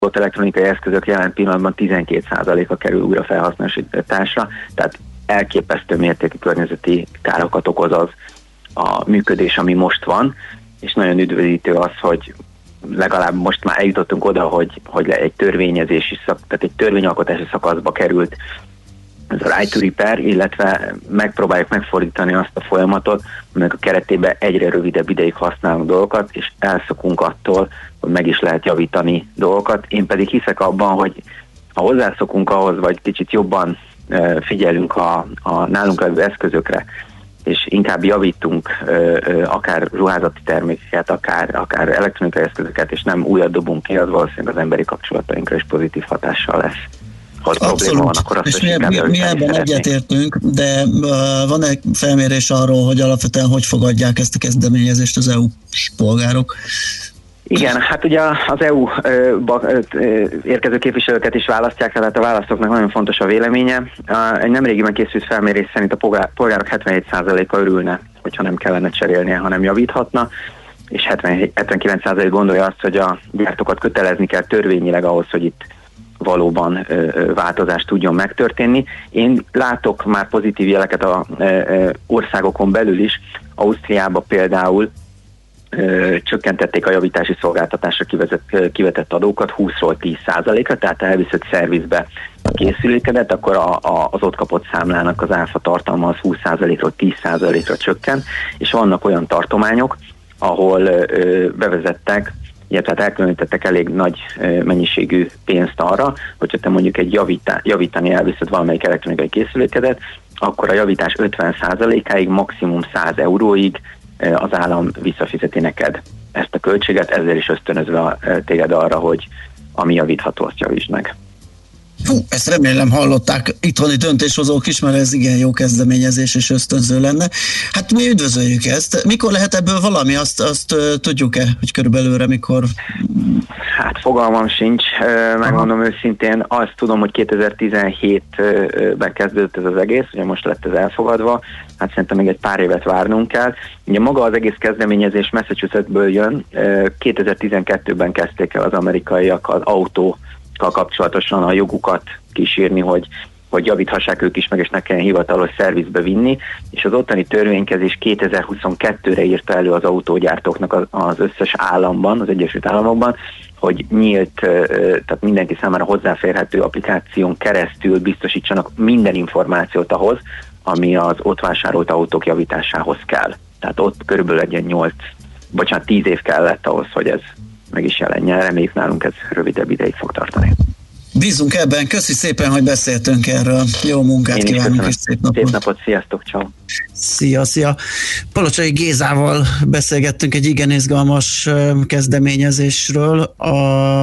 elektronikai eszközök jelen pillanatban 12%-a kerül újra felhasználásra, tehát elképesztő mértékű környezeti károkat okoz az a működés, ami most van, és nagyon üdvözítő az, hogy legalább most már eljutottunk oda, hogy egy törvényezési tehát egy törvényalkotási szakaszba került ez a right to repair, illetve megpróbáljuk megfordítani azt a folyamatot, aminek a keretében egyre rövidebb ideig használunk dolgokat, és elszokunk attól, hogy meg is lehet javítani dolgokat. Én pedig hiszek abban, hogy ha hozzászokunk ahhoz, vagy kicsit jobban figyelünk a nálunk levő eszközökre, és inkább javítunk akár ruházati termékeket, akár elektronikai eszközöket, és nem újat dobunk ki, az valószínűleg az emberi kapcsolatainkra is pozitív hatással lesz. Ha probléma van, akkor azt és mi ebben egyetértünk, de van egy felmérés arról, hogy alapvetően hogy fogadják ezt a kezdeményezést az EU polgárok? Igen, hát ugye az EU-ba érkező képviselőket is választják, tehát a választóknak nagyon fontos a véleménye. Egy nemrégiben készült felmérés szerint a polgárok 77%-a örülne, hogyha nem kellene cserélnie, hanem javíthatna, és 79% gondolja azt, hogy a gyártókat kötelezni kell törvényileg ahhoz, hogy itt valóban változás tudjon megtörténni. Én látok már pozitív jeleket az országokon belül is. Ausztriában például csökkentették a javítási szolgáltatásra kivetett adókat 20-ról 10%-ra, tehát elviszed szervizbe a készülékedet, akkor az ott kapott számlának az áfa tartalma az 20%-ról 10%-ra csökken, és vannak olyan tartományok, ahol bevezettek, tehát elkülönítettek elég nagy mennyiségű pénzt arra, hogyha te mondjuk egy javítani elviszed valamelyik elektronikai készülékedet, akkor a javítás 50%-áig, maximum 100 euróig az állam visszafizeti neked ezt a költséget, ezzel is ösztönözve téged arra, hogy ami javítható, azt javítsd meg. Ezt remélem hallották itthoni döntéshozók is, mert ez igen jó kezdeményezés és ösztönző lenne. Hát mi üdvözöljük ezt. Mikor lehet ebből valami? Azt tudjuk-e, hogy körülbelülre mikor? Hát fogalmam sincs, megmondom őszintén. Azt tudom, hogy 2017-ben kezdődött ez az egész, ugye most lett ez elfogadva, hát szerintem még egy pár évet várnunk kell. Ugye maga az egész kezdeményezés Massachusettsből jön, 2012-ben kezdték el az amerikaiak az autókkal kapcsolatosan a jogukat kísérni, hogy javíthassák ők is meg, és ne kelljen hivatalos szervizbe vinni, és az ottani törvénykezés 2022-re írta elő az autógyártóknak az összes államban, az Egyesült Államokban, hogy nyílt, tehát mindenki számára hozzáférhető applikáción keresztül biztosítsanak minden információt ahhoz, ami az ott vásárolt autók javításához kell. Tehát ott körülbelül egy 10 év kellett ahhoz, hogy ez meg is jelenjen. Reméljük, nálunk ez rövidebb ideig fog tartani. Bízunk ebben, köszi szépen, hogy beszéltünk erről. Jó munkát kívánunk, és szép napot. Szép napot, sziasztok, ciao. Szia. Palocsai Gézával beszélgettünk egy igen izgalmas kezdeményezésről, a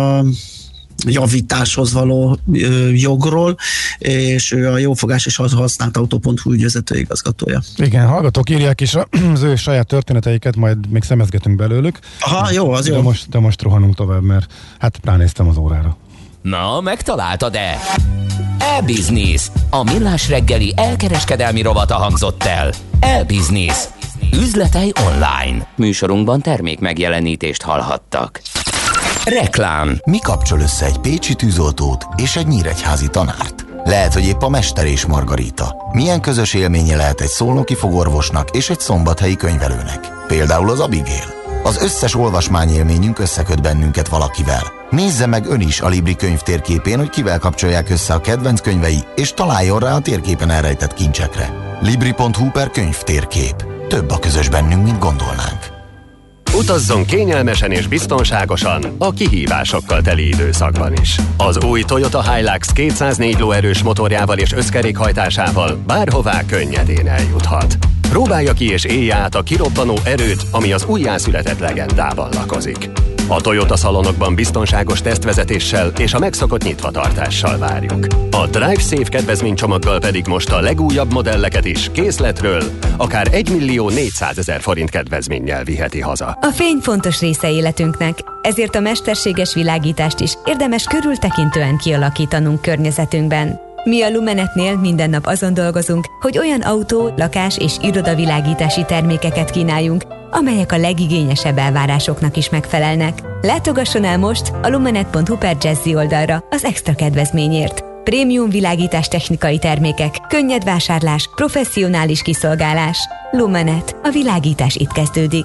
javításhoz való jogról, és ő a Jófogás és Használt Autó.hu ügyvezető igazgatója. Igen, hallgatók írják is az ő saját történeteiket, majd még szemezgetünk belőlük. Aha, jó, az jó. De most rohanunk tovább, mert hát ránéztem az órára. Na, megtaláltad-e? E-Business. A millás reggeli elkereskedelmi rovata hangzott el. E-Business. Üzletei online. Műsorunkban termék megjelenítést hallhattak. Reklám. Mi kapcsol össze egy pécsi tűzoltót és egy nyíregyházi tanárt? Lehet, hogy épp a Mester és Margarita. Milyen közös élménye lehet egy szolnoki fogorvosnak és egy szombathelyi könyvelőnek? Például az Abigail. Az összes olvasmányélményünk összeköt bennünket valakivel. Nézze meg ön is a Libri könyv térképén, hogy kivel kapcsolják össze a kedvenc könyvei, és találjon rá a térképen elrejtett kincsekre. Libri.hu/könyv térkép. Több a közös bennünk, mint gondolnánk. Utazzon kényelmesen és biztonságosan a kihívásokkal teli időszakban is. Az új Toyota Hilux 204 lóerős motorjával és összkerékhajtásával bárhová könnyedén eljuthat. Próbálja ki és élje át a kirobbanó erőt, ami az újjászületett legendában lakozik. A Toyota szalonokban biztonságos tesztvezetéssel és a megszokott nyitvatartással várjuk. A Drive Safe kedvezménycsomaggal pedig most a legújabb modelleket is készletről akár 1.400.000 forint kedvezménnyel viheti haza. A fény fontos része életünknek, ezért a mesterséges világítást is érdemes körültekintően kialakítanunk környezetünkben. Mi a Lumenetnél minden nap azon dolgozunk, hogy olyan autó, lakás és irodavilágítási termékeket kínáljunk, amelyek a legigényesebb elvárásoknak is megfelelnek. Látogasson el most a lumenet.hu/jazzy oldalra az extra kedvezményért. Prémium világítás technikai termékek, könnyed vásárlás, professzionális kiszolgálás. Lumenet. A világítás itt kezdődik.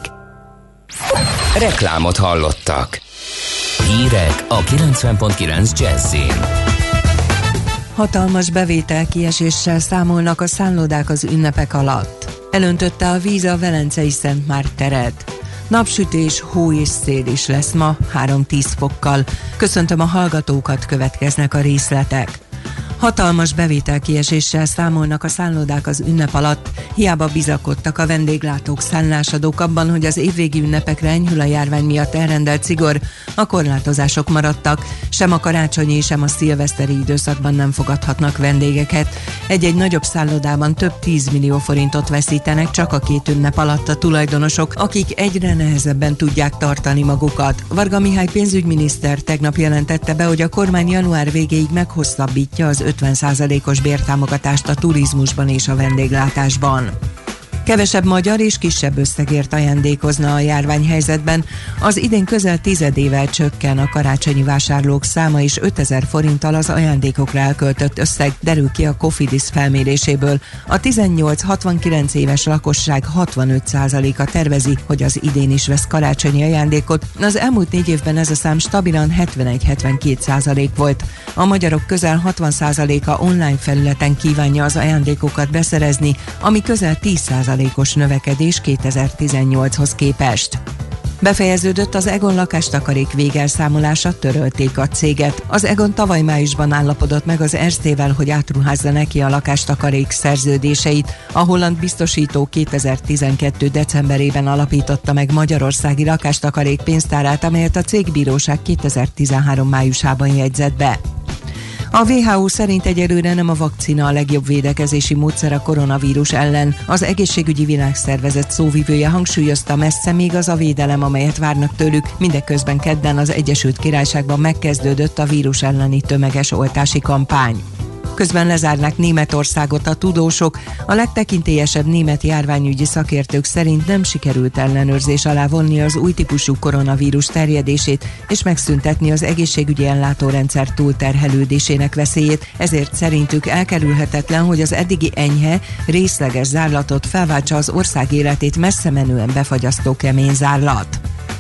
Reklámot hallottak. Hírek a 90.9 Jazzyn. Hatalmas bevételkieséssel számolnak a szállodák az ünnepek alatt. Elöntötte a víz a velencei Szent Márk teret. Napsütés, hó és szél is lesz ma, 3-10 fokkal. Köszöntöm a hallgatókat, következnek a részletek. Hatalmas bevételkieséssel számolnak a szállodák az ünnep alatt, hiába bizakodtak a vendéglátók, szállásadók abban, hogy az évvégi ünnepekre enyhül a járvány miatt elrendelt szigor, a korlátozások maradtak, sem a karácsonyi, sem a szilveszteri időszakban nem fogadhatnak vendégeket. Egy-egy nagyobb szállodában több 10 millió forintot veszítenek csak a 2 ünnep alatt a tulajdonosok, akik egyre nehezebben tudják tartani magukat. Varga Mihály pénzügyminiszter tegnap jelentette be, hogy a kormány január végéig meghosszabbítja az 50%-os bértámogatást a turizmusban és a vendéglátásban. Kevesebb magyar és kisebb összegért ajándékozna a járványhelyzetben. Az idén közel 10-ével csökken a karácsonyi vásárlók száma, és 5000 forinttal az ajándékokra elköltött összeg, derül ki a Cofidis felméréséből. A 18-69 éves lakosság 65%-a tervezi, hogy az idén is vesz karácsonyi ajándékot. Az elmúlt 4 évben ez a szám stabilan 71-72% volt. A magyarok közel 60%-a online felületen kívánja az ajándékokat beszerezni, ami közel 10%-os növekedés 2018-hoz képest. Befejeződött az Egon lakástakarék végelszámolása, törölték a céget. Az Egon tavaly májusban állapodott meg az Erstével, hogy átruházza neki a lakástakarék szerződéseit. A holland biztosító 2012. decemberében alapította meg Magyarországi lakástakarék pénztárát, amelyet a cégbíróság 2013. májusában jegyzett be. A WHO szerint egyelőre nem a vakcina a legjobb védekezési módszer a koronavírus ellen. Az Egészségügyi Világszervezet szóvivője hangsúlyozta, messze még az a védelem, amelyet várnak tőlük. Mindeközben kedden az Egyesült Királyságban megkezdődött a vírus elleni tömeges oltási kampány. Közben lezárnák Németországot a tudósok. A legtekintélyesebb német járványügyi szakértők szerint nem sikerült ellenőrzés alá vonni az új típusú koronavírus terjedését és megszüntetni az egészségügyi ellátórendszer túlterhelődésének veszélyét, ezért szerintük elkerülhetetlen, hogy az eddigi enyhe, részleges zárlatot felváltsa az ország életét messze menően befagyasztó kemény zárlat.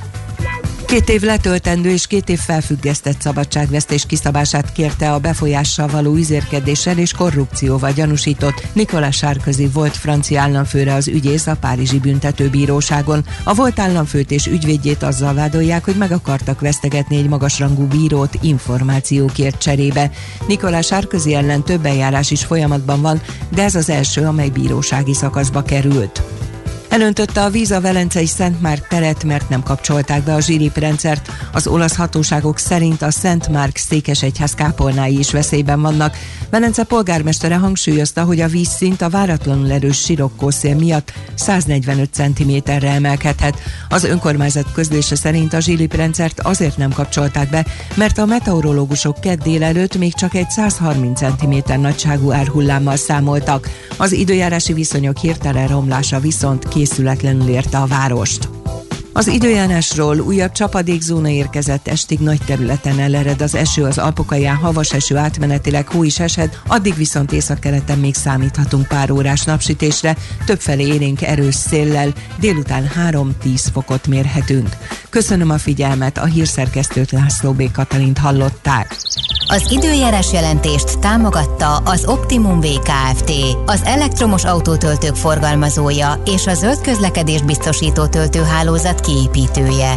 2 év letöltendő és 2 év felfüggesztett szabadságvesztés kiszabását kérte a befolyással való üzérkedéssel és korrupcióval gyanúsított Nicolas Sarkozy volt francia államfőre az ügyész a párizsi büntetőbíróságon. A volt államfőt és ügyvédjét azzal vádolják, hogy meg akartak vesztegetni egy magasrangú bírót információkért cserébe. Nicolas Sarkozy ellen több eljárás is folyamatban van, de ez az első, amely bírósági szakaszba került. Elöntötte a víz a velencei Szent Márk teret, mert nem kapcsolták be a zsíriprendszert. Az olasz hatóságok szerint a Szent Márk székesegyház kápolnái is veszélyben vannak. Velence polgármestere hangsúlyozta, hogy a vízszint a váratlanul erős sirokkószél miatt 145 cm-re emelkedhet. Az önkormányzat közlése szerint a zsíriprendszert azért nem kapcsolták be, mert a meteorológusok kedd délelőtt még csak egy 130 cm nagyságú árhullámmal számoltak. Az időjárási viszonyok hirtelen romlása viszont készületlenül érte a várost. Az időjárásról: újabb csapadékzóna érkezett, estig nagy területen elered az eső, az Alpokalján havas eső, átmenetileg hó is eshet, addig viszont északkeleten még számíthatunk pár órás napsütésre, többfelé élénk erős széllel, délután 3-10 fokot mérhetünk. Köszönöm a figyelmet, a hírszerkesztőt, László B. Katalint hallották. Az időjárás jelentést támogatta az Optimum Kft., az elektromos autótöltők forgalmazója és a zöld közlekedést biztosító töltőhálózat kiépítője.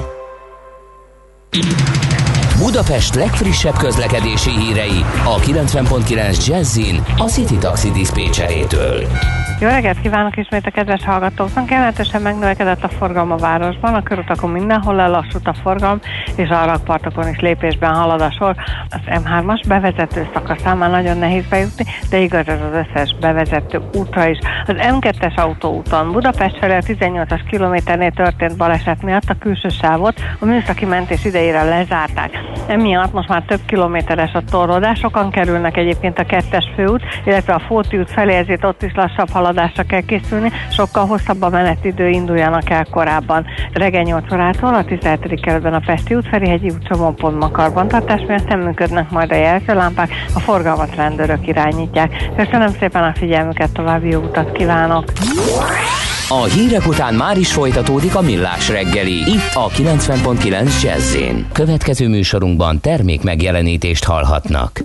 Budapest legfrissebb közlekedési hírei a 90.9 Jazzyn a City Taxi diszpécserétől. Jó reggelt kívánok ismét a kedves hallgatóknak! Jelentősen megnövekedett a forgalom a városban, a körutakon mindenhol lelassult a forgalom, és a rakpartokon is lépésben halad a sor. Az M3-as bevezető szakaszán már nagyon nehéz bejutni, de igaz ez az összes bevezető útra is. Az M2-es autóúton Budapest felé a 18-as kilométernél történt baleset miatt a külső sávot a műszaki mentés idejére lezárták. Emiatt most már több kilométeres a torlódás, sokan kerülnek egyébként a 2-es főút, illetve a Fóti út felé, ezért ott is lassabb haladásra kell készülni, sokkal hosszabb a menetidő, induljanak el korábban. Reggel 8 órától a 17. kerületben a Pesti út, Ferihegyi út csomópontban karbantartás miatt nem működnek majd a jelzőlámpák, a forgalmat rendőrök irányítják. Köszönöm szépen a figyelmüket, további jó utat kívánok! A hírek után már is folytatódik a Millás reggeli, itt a 90.9 Jazz-én. Következő műsorunkban termék megjelenítést hallhatnak.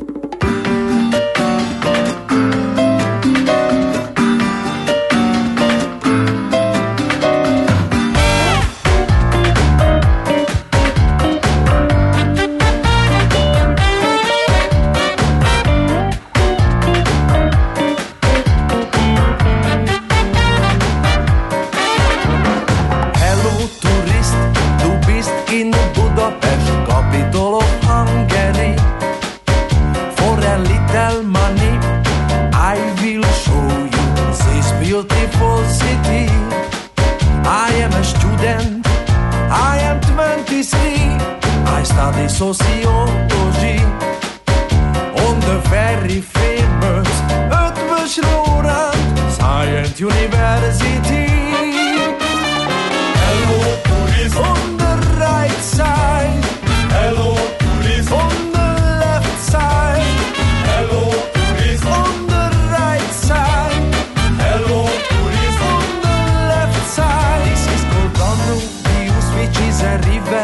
Sociology on the very famous Eötvös Loránd Science University. Hello, tourist on the right side. Hello, tourist on the left side. Hello, tourist on the right side. Hello, tourist on the left side. This is called Danubius, which is a river.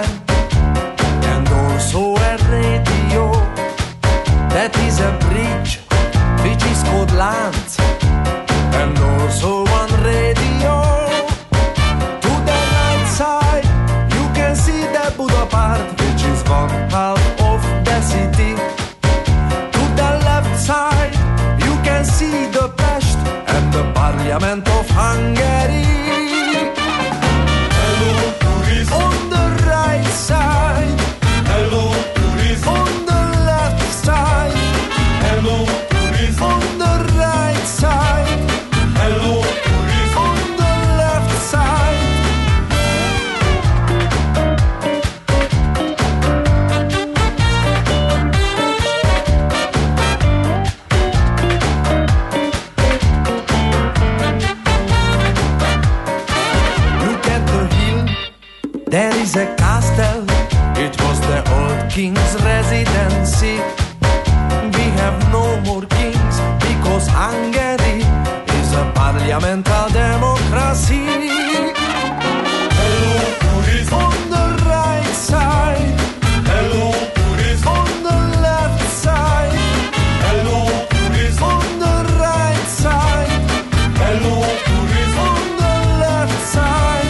So a radio, that is a bridge, which is called land, and also one radio. To the right side, you can see the Buda part, which is one half of the city. To the left side, you can see the Pest and the Parliament of Hungary. Hello, tourists on the right side. Hello, tourists on the left side. Hello, tourists on the right side. Hello, tourists on the left side. Look at the hill, there is a castle. It was the old king's residency. We have no more kings because Hungary is a parliamentary democracy. Hello, tourists on the right side. Hello, tourists on the left side. Hello, tourists on the right side. Hello, tourists on the left side.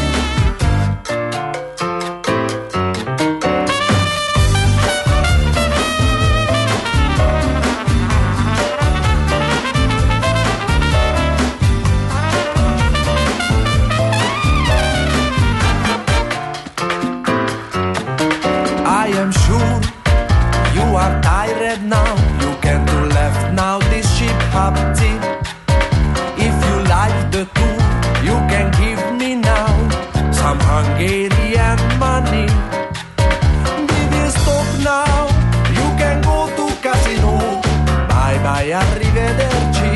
Now you can do left now, this ship happy. If you like the tour, you can give me now some Hungarian money. We will stop now, you can go to casino. Bye bye, arrivederci.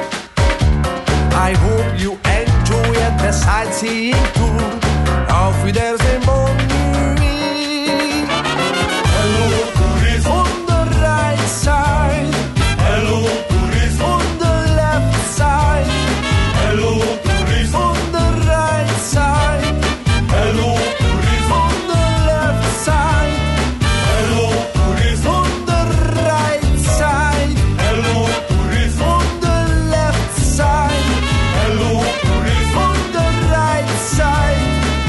I hope you enjoyed the sightseeing tour. Auf Wiedersehen, bon nuit. Hello, tourists on the right side. Hello, tourists on the left side. Hello, tourists on the right side. Hello, tourists on the left side. Hello, tourists on the right side. Hello, tourists on the left side. Hello, tourists on the right side.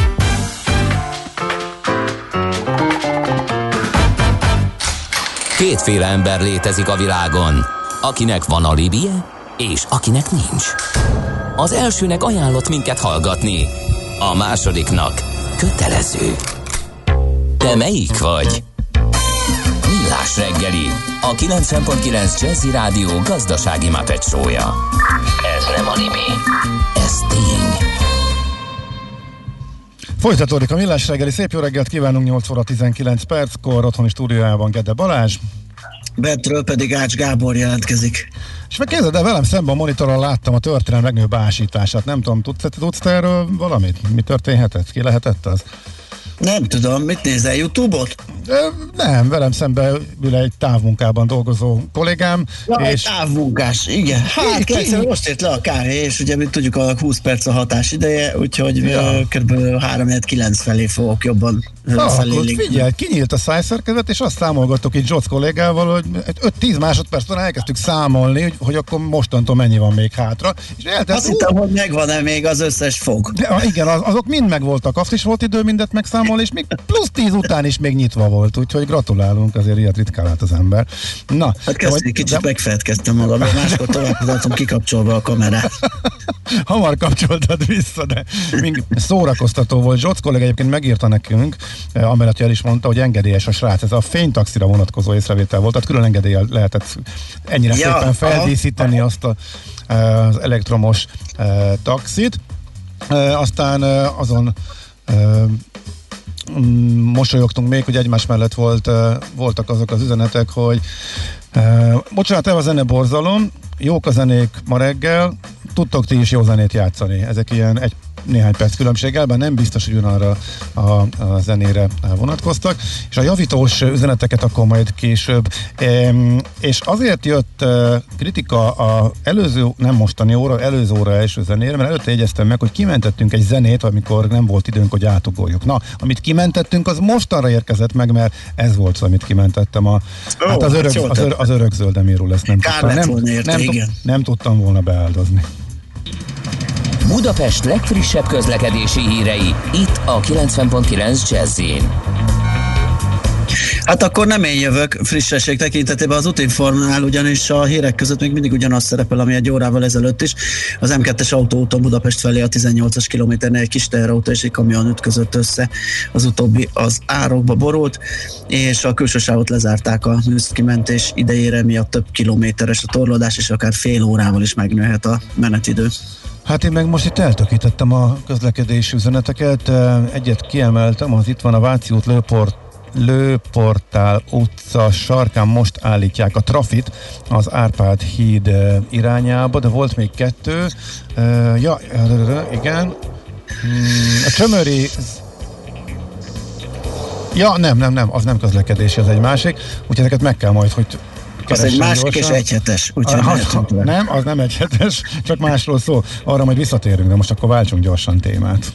Kétféle ember létezik a világon, akinek van alibije, és akinek nincs. Az elsőnek ajánlott minket hallgatni, a másodiknak kötelező. Te melyik vagy? Millás reggeli, a 90.9 Jazzy Rádió gazdasági Muppet show-ja. Ez nem anime, ez tény. Folytatódik a Millás reggeli, szép jó reggelt kívánunk, 8 óra 19 perckor, otthoni stúdiójában Gede Balázs. Bentről pedig Ács Gábor jelentkezik. És meg képzeld el, velem szemben a monitoron láttam a történelem legnagyobb ásítását. Nem tudom, tudsz te erről valamit? Mi történhetett? Ki lehetett az? Nem tudom, mit nézel, YouTube-ot? Nem, velem szemben ül egy távmunkában dolgozó kollégám. Ja, és távmunkás, igen. Hát egyszerűen most ért le a kávé, és ugye mi tudjuk, a 20 perc a hatás ideje, úgyhogy kb. 3-9 felé fogok jobban felé. Figyelj, kinyílt a szájszerkezet, és azt számolgattuk itt Zsoc kollégával, hogy 5-10 másodpercben elkezdtük számolni, hogy akkor mostantól mennyi van még hátra. És azt hittem, hogy megvan-e még az összes fog. De, igen, azok mind megvoltak, azt is volt idő mindet megszámolni, és még plusz 10 után is még nyitva volt, úgyhogy gratulálunk, azért ilyet ritkán lát az ember. Na, hát kezdték, kicsit megfeledkeztem magam, máskor tovább tudtam kikapcsolva a kamerát. Hamar kapcsoltad vissza, de szórakoztató volt. Zsoc kollega egyébként megírta nekünk, amellett el is mondta, hogy engedélyes a srác. Ez a fénytaxira vonatkozó észrevétel volt, tehát külön engedéllyel lehetett ennyire szépen feldíszíteni azt az elektromos taxit. Aztán azon mosolyogtunk még, hogy egymás mellett voltak azok az üzenetek, hogy bocsánat, el a zeneborzalom, jók a zenék ma reggel, tudtok ti is jó zenét játszani. Ezek ilyen néhány perc különbséggel, bár nem biztos, hogy ugyanarra a zenére vonatkoztak, és a javítós üzeneteket akkor majd később. És azért jött kritika a nem mostani óra, előző óra első zenére, mert előtte jegyeztem meg, hogy kimentettünk egy zenét, amikor nem volt időnk, hogy átugorjuk. Na, amit kimentettünk, az mostanra érkezett meg, mert ez volt szó, amit kimentettem. Hát az örök zöldeméről ezt nem tudtam volna beáldozni. Budapest legfrissebb közlekedési hírei, itt a 90.9 Jazz-in. Hát akkor nem én jövök frissesség tekintetében az Útinformnál, ugyanis a hírek között még mindig ugyanaz szerepel, ami egy órával ezelőtt is. Az M2-es autóúton Budapest felé a 18-as kilométernél egy kis teherautó és egy kamion ütközött össze. Az utóbbi az árokba borult, és a külső sávot lezárták a műszaki mentés idejére, miatt több kilométeres a torlódás, és akár fél órával is megnőhet a menetidő. Hát én meg most itt eltökítettem a közlekedési üzeneteket, egyet kiemeltem, az itt van a Váci út Lőportál utca sarkán most állítják a trafit az Árpád híd irányába, de volt még kettő. Igen. A Csömöri... Nem, az nem közlekedési, az egy másik, úgyhogy ezeket meg kell majd, hogy az egy másik gyorsan. És egyhetes. Nem, az nem egyhetes, csak másról szól. Arra majd visszatérünk, de most akkor váltsunk gyorsan témát.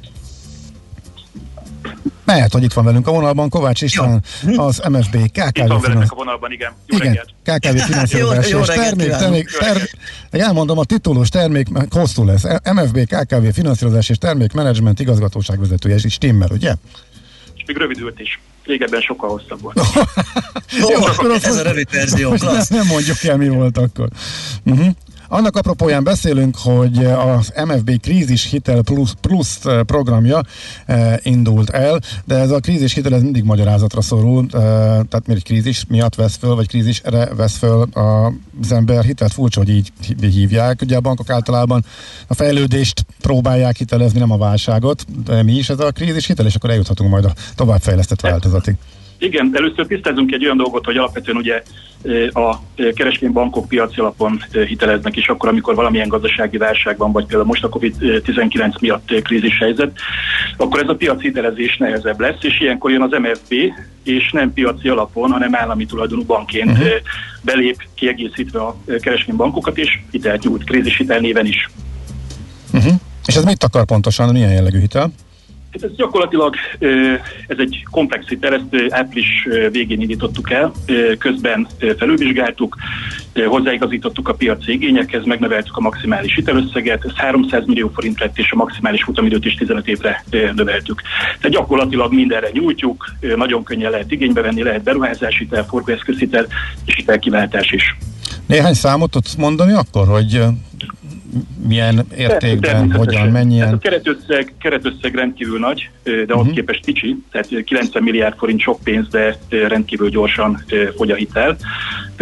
Mehet, hogy itt van velünk a vonalban Kovács István, az MFB KKV finanszírozás és termék, elmondom a titulus, termék, hosszú lesz, MFB KKV finanszírozás és termékmenedzsment igazgatóság vezetője, és stimmel, ugye? És még rövidült is. Régebben sokkal hosszabb volt. Ez a rövid verzió, klassz. Nem mondjuk el, mi volt akkor. Annak apropóján beszélünk, hogy az MFB Krízis Hitel Plus programja indult el, de ez a krízis hitel ez mindig magyarázatra szorul, tehát miért krízis miatt vesz föl, vagy krízisre vesz föl az ember hitelt, furcsa, hogy így hívják. Ugye a bankok általában a fejlődést próbálják hitelezni, nem a válságot, de mi is ez a krízis hitel, és akkor eljuthatunk majd a továbbfejlesztett változatig. Igen, először tisztázunk egy olyan dolgot, hogy alapvetően ugye a kereskedelmi bankok piaci alapon hiteleznek is akkor, amikor valamilyen gazdasági válság van, vagy például most a COVID-19 miatt krízis helyzet, akkor ez a piaci hitelezés nehezebb lesz, és ilyenkor jön az MFB, és nem piaci alapon, hanem állami tulajdonú bankként belép, kiegészítve a kereskedelmi bankokat, és hitelt nyújt, krízishitel néven is. És ez mit akar pontosan, milyen jellegű hitel? Ez gyakorlatilag ez egy komplex hitel, ezt április végén indítottuk el, közben felülvizsgáltuk, hozzáigazítottuk a piaci igényekhez, megnöveltük a maximális hitelösszeget, ez 300 millió forint lett, és a maximális futamidőt is 15 évre növeltük. Tehát gyakorlatilag mindenre nyújtjuk, nagyon könnyen lehet igénybe venni, lehet beruházási hitel, forgóeszközhitel és hitelkiváltás is. Néhány számot tudsz mondani akkor, hogy milyen értékben, hogyan, mennyien? Hát a keretösszeg rendkívül nagy, de ahhoz képest kicsi, tehát 90 milliárd forint sok pénz, de rendkívül gyorsan fogy a hitel.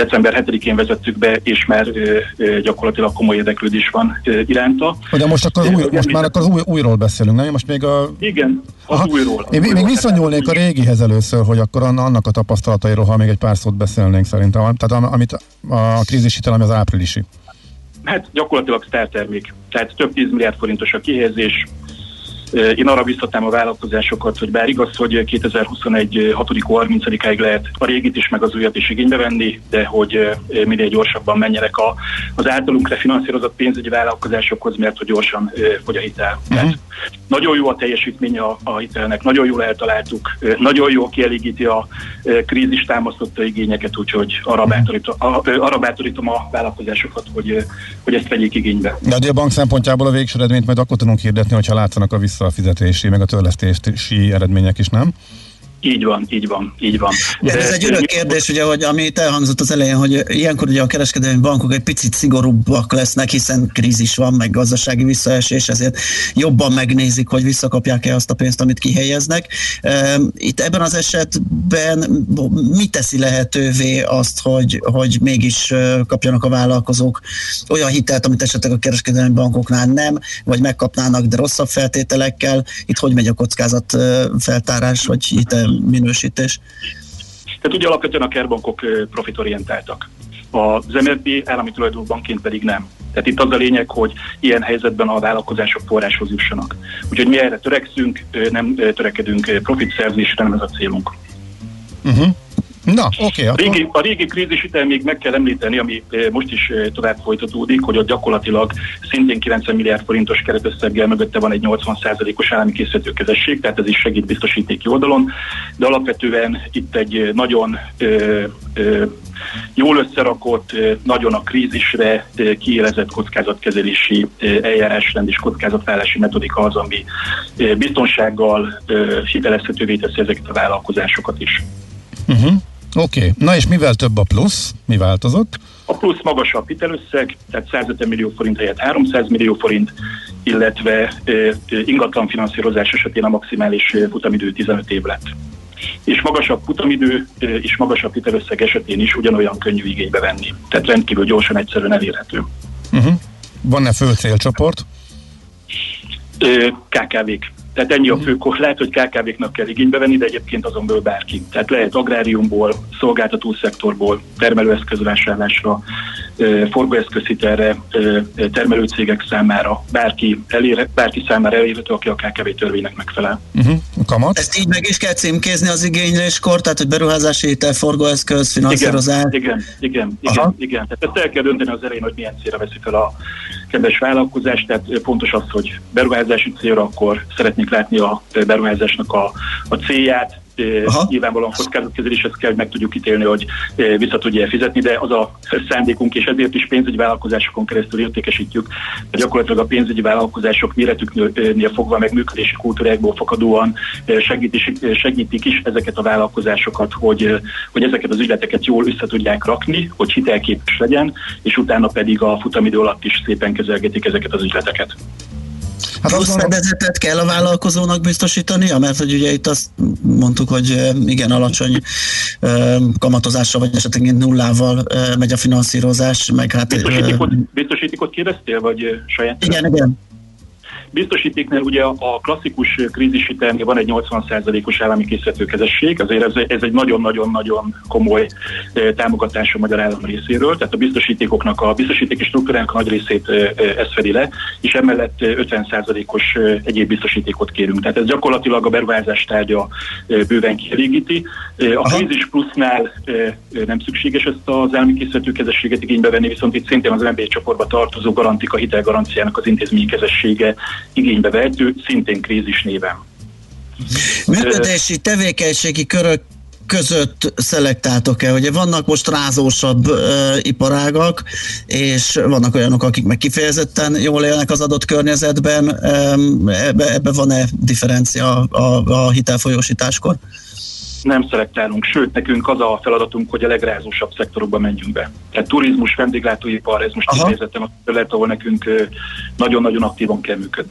december 7-én vezettük be, és már gyakorlatilag komoly érdeklődés van iránta. De most már akkor az újról beszélünk, nem? Most még Igen, az újról. Én még visszanyúlnék a régihez először, hogy akkor annak a tapasztalatairól, ha még egy pár szót beszélnénk szerintem. Tehát amit a krízishitel, ami az áprilisi. Hát gyakorlatilag sztártermék. Tehát több 10 milliárd forintos a kihelyezés. Én arra biztatnám a vállalkozásokat, hogy bár igaz, hogy 2021. 6-30-áig lehet a régit is, meg az újat is igénybe venni, de hogy minél gyorsabban menjenek az általunk refinanszírozott pénzügyi vállalkozásokhoz, mert hogy gyorsan fogy a hitel. Tehát nagyon jó a teljesítménye a hitelnek, nagyon jól eltaláltuk, nagyon jól kielégíti a krízis támasztotta igényeket, úgyhogy arra bátorítom a vállalkozásokat, hogy ezt vegyék igénybe. De a bank szempontjából a végső eredményt majd akkor tudunk hirdetni, hogyha látszanak a visszafizetési, meg a törlesztési eredmények is, nem? Így van. De ez egy örök kérdés, ugye, hogy amit elhangzott az elején, hogy ilyenkor ugye a kereskedelmi bankok egy picit szigorúbbak lesznek, hiszen krízis van, meg gazdasági visszaesés, ezért jobban megnézik, hogy visszakapják-e azt a pénzt, amit kihelyeznek. Itt ebben az esetben mi teszi lehetővé azt, hogy mégis kapjanak a vállalkozók olyan hitelt, amit esetleg a kereskedelmi bankoknál nem, vagy megkapnának, de rosszabb feltételekkel? Itt hogy megy a kockázat feltárás, vagy hitel minősítés? Tehát ugye alapvetően a kerbankok profitorientáltak. Az MNP állami tulajdonú bankként pedig nem. Tehát itt az a lényeg, hogy ilyen helyzetben a vállalkozások forráshoz jussanak. Úgyhogy mi erre törekszünk, nem törekedünk profitszerzésre, nem ez a célunk. Na, oké. A régi krízishitel még meg kell említeni, ami most is tovább folytatódik, hogy ott gyakorlatilag szintén 90 milliárd forintos keretösszeggel mögötte van egy 80%-os állami készítőkezesség, tehát ez is segít biztosítéki oldalon, de alapvetően itt egy nagyon jól összerakott, nagyon a krízisre kiélezett kockázatkezelési eljárásrend és kockázatvállalási metodika az, ami biztonsággal hitelezhetővé teszi ezeket a vállalkozásokat is. Oké. Na és mivel több a plusz? Mi változott? A plusz magasabb hitelösszeg, tehát 150 millió forint helyett 300 millió forint, illetve ingatlan finanszírozás esetén a maximális futamidő 15 év lett. És magasabb futamidő és magasabb hitelösszeg esetén is ugyanolyan könnyű igénybe venni. Tehát rendkívül gyorsan, egyszerűen elérhető. Van-e fő célcsoport? KKV-k. Tehát ennyi a főkor. Lehet, hogy KKV-knak kell igénybe venni, de egyébként azon belül bárki. Tehát lehet agráriumból, szolgáltatószektorból, termelőeszközvásárlásra, forgóeszközhitelre, termelőcégek számára, bárki számára elérhető, aki a KKV törvénynek megfelel. Kamat? Ezt így meg is kell címkézni az igényléskor, tehát hogy beruházási hitel, forgóeszköz, finanszírozás. Igen. Tehát ezt el kell dönteni az elején, hogy milyen célra veszi fel a kedves vállalkozás, tehát fontos az, hogy beruházási célra akkor szeretnék látni a beruházásnak a célját. Nyilvánvalóan kockázatkezeléshez kell, hogy meg tudjuk ítélni, hogy vissza tudja fizetni, de az a szándékunk, és ezért is pénzügyi vállalkozásokon keresztül értékesítjük, hogy gyakorlatilag a pénzügyi vállalkozások méretüknél fogva, meg működési kultúrákból fakadóan segítik is ezeket a vállalkozásokat, hogy ezeket az ügyleteket jól össze tudják rakni, hogy hitelképes legyen, és utána pedig a futamidő alatt is szépen kezelgetik ezeket az ügyleteket. Plusz fedezetet kell a vállalkozónak biztosítania? Mert hogy ugye itt azt mondtuk, hogy igen alacsony kamatozásra, vagy esetleg nullával megy a finanszírozás, meg hát... Biztosítékot kérdeztél, vagy saját? Igen. Biztosítéknál ugye a klasszikus krízishitelnél van egy 80%-os állami készítőkezesség, azért ez egy nagyon-nagyon-nagyon komoly támogatás a magyar állam részéről, tehát a biztosítéki struktúrának a nagy részét ez fedi le, és emellett 50%-os egyéb biztosítékot kérünk. Tehát ez gyakorlatilag a beruházás tárgya bőven kielégíti. A krízis plusznál nem szükséges ezt az állami készítőkezességet igénybe venni, viszont itt szintén az MBA csoportba tartozó Garantika hitelgaranciának az intézményi kezessége igénybe vehető, szintén krízis néven. Működési, tevékenységi körök között szelektáltok-e? Ugye vannak most rázósabb iparágak, és vannak olyanok, akik meg kifejezetten jól élnek az adott környezetben. Ebbe van-e differencia a hitelfolyósításkor? Nem szelektálunk, sőt, nekünk az a feladatunk, hogy a legrázósabb szektorokba menjünk be. Tehát turizmus, vendéglátóipar, ez most kifejezetten a terület, ahol nekünk nagyon-nagyon aktívan kell működni.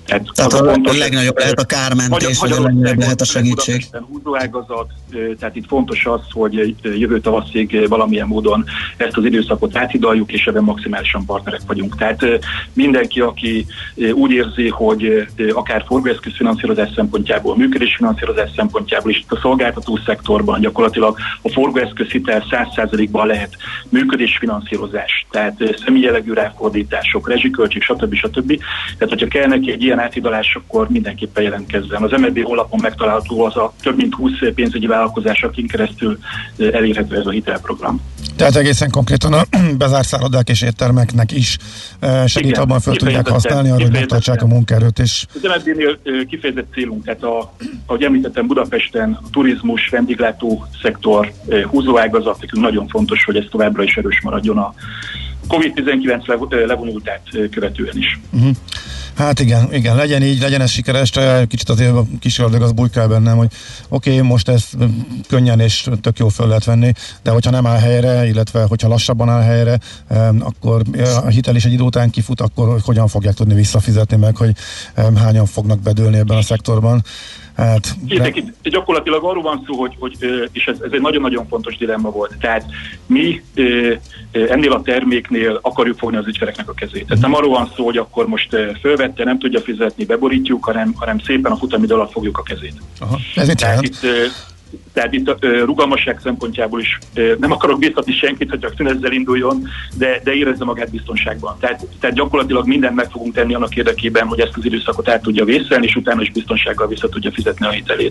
Tehát a legnagyobb lehet a kármentés, vagy a legnagyobb lehet a segítség. Húzóágazat, tehát itt fontos az, hogy jövő tavaszig valamilyen módon ezt az időszakot áthidaljuk, és ebben maximálisan partnerek vagyunk. Tehát mindenki, aki úgy érzi, hogy akár forgóeszközfinanszírozás szempontjából, működésfinanszírozás szempontjából is, itt a szolgáltató szektorban gyakorlatilag a forgóeszközhitel 100%-ban lehet működésfinanszírozás, tehát személyjellegű ráfordítások, rezsiköltség, stb. Tehát, hogyha kell neki egy ilyen áthidalás, akkor mindenképpen jelentkezzen. Az MNB honlapon megtalálható az a több mint 20 pénzügyi vállalkozás, akin keresztül elérhető ez a hitelprogram. Tehát egészen konkrétan a bezárt szállodák és éttermeknek is segít, igen, abban föl tudják használni, arra, hogy megtartsák a munkaerőt is. Az MNB-nél kifejezett célunk, tehát ahogy említettem, Budapesten a turizmus, vendéglátó szektor, húzóágazat, nekünk nagyon fontos, hogy ez továbbra is erős maradjon a COVID-19 levonultát követően is. Hát igen, legyen így, legyen ez sikeres, kicsit azért a kis ördög az bujkál bennem, hogy oké, most ezt könnyen és tök jó föl lehet venni, de hogyha nem áll helyre, illetve hogyha lassabban áll helyre, akkor a hitel is egy idő után kifut, akkor hogyan fogják tudni visszafizetni meg, hogy hányan fognak bedőlni ebben a szektorban. Hát, itt gyakorlatilag arról van szó, és ez egy nagyon-nagyon fontos dilemma volt. Tehát mi ennél a terméknél akarjuk fogni az ügyfeleknek a kezét. Tehát nem arról van szó, hogy akkor most fölvette, nem tudja fizetni, beborítjuk, hanem szépen a futamidő alatt fogjuk a kezét. Aha. Ez mit jelent? Tehát itt a rugalmasság szempontjából is nem akarok biztatni senkit, hogy csak szünezzel induljon, de érezze magát biztonságban. Tehát gyakorlatilag mindent meg fogunk tenni annak érdekében, hogy ezt az időszakot át tudja vészelni, és utána is biztonsággal vissza tudja fizetni a hitelét.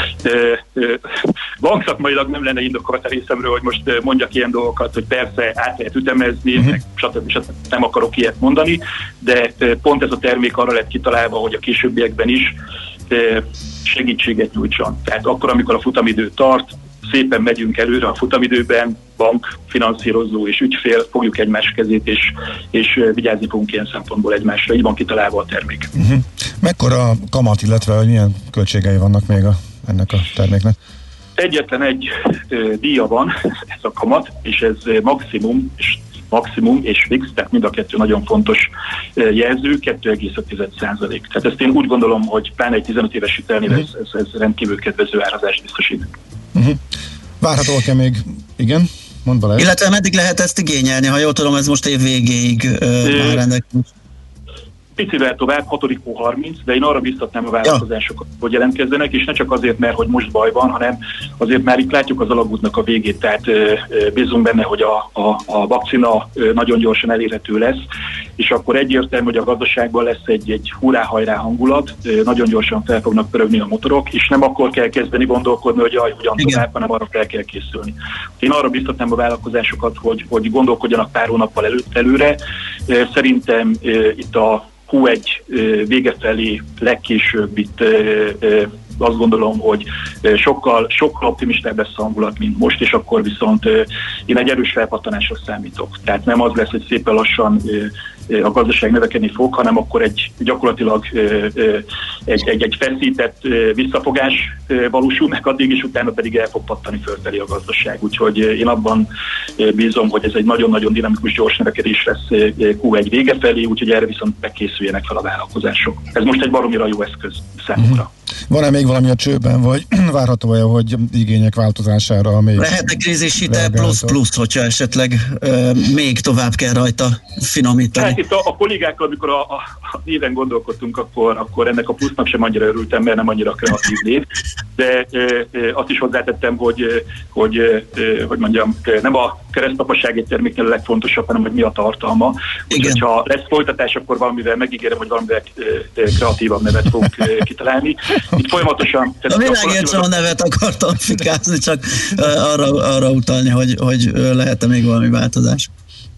Bankszakmailag nem lenne indokolt a részemről, hogy most mondjak ilyen dolgokat, hogy persze át lehet ütemezni, stb. Nem akarok ilyet mondani, de pont ez a termék arra lett kitalálva, hogy a későbbiekben is segítséget nyújtson. Tehát akkor, amikor a futamidő tart, szépen megyünk előre a futamidőben, bank, finanszírozó és ügyfél, fogjuk egymás kezét, és vigyázni fogunk ilyen szempontból egymásra. Így van kitalálva a termék. Mekkora kamat, illetve hogy milyen költségei vannak még ennek a terméknek? Egyetlen egy díja van, ez a kamat, és ez maximum és fix, tehát mind a kettő nagyon fontos jelző, 2,5%. Tehát ezt én úgy gondolom, hogy pláne egy 15 éves hitelnél ez rendkívül kedvező árazást biztosít. Várhatóak-e még? Igen? Mondd Balázs. Illetve meddig lehet ezt igényelni? Ha jól tudom, ez most év végéig már rendelkezés. Picivel tovább, 6. hó 30, de én arra biztatnám a vállalkozásokat, hogy jelentkezzenek, és ne csak azért, mert hogy most baj van, hanem azért már itt látjuk az alagútnak a végét, tehát bízunk benne, hogy a vakcina nagyon gyorsan elérhető lesz, és akkor egyértelmű, hogy a gazdaságban lesz egy hurrá-hajrá hangulat, nagyon gyorsan fel fognak pörögni a motorok, és nem akkor kell kezdeni gondolkodni, hogy hogyan tovább, hanem arra fel kell készülni. Én arra biztatnám a vállalkozásokat, hogy gondolkodjanak pár hónappal előre. Szerintem itt a Q1 vége felé legkésőbb itt azt gondolom, hogy sokkal optimistább lesz a hangulat, mint most, és akkor viszont én egy erős felpattanásra számítok. Tehát nem az lesz, hogy szépen lassan a gazdaság növekedni fog, hanem akkor gyakorlatilag egy feszített visszafogás valósul meg addig, és utána pedig el fog pattani fölfelé a gazdaság. Úgyhogy én abban bízom, hogy ez egy nagyon-nagyon dinamikus, gyors növekedés lesz Q1 vége felé, úgyhogy erre viszont megkészüljenek fel a vállalkozások. Ez most egy baromira jó eszköz számukra. Van-e még valami a csőben, vagy várható-e, hogy igények változására még... Lehet-e krízishitel plusz, hogyha esetleg még tovább kell rajta finomítani? Hát itt a kollégákkal, amikor a néven gondolkodtunk, akkor ennek a plusznak sem annyira örültem, mert nem annyira kreatív név, de azt is hozzátettem, hogy mondjam, nem a keresztapaság egy terméknél a legfontosabb, hanem hogy mi a tartalma. Úgyhogy ha lesz folytatás, akkor valamivel megígérem, hogy valamivel kreatívabb nevet fogunk kitalálni. Itt folyamatosan... A világért sem a nevet akartam fikázni, csak arra utalni, hogy lehet-e még valami változás?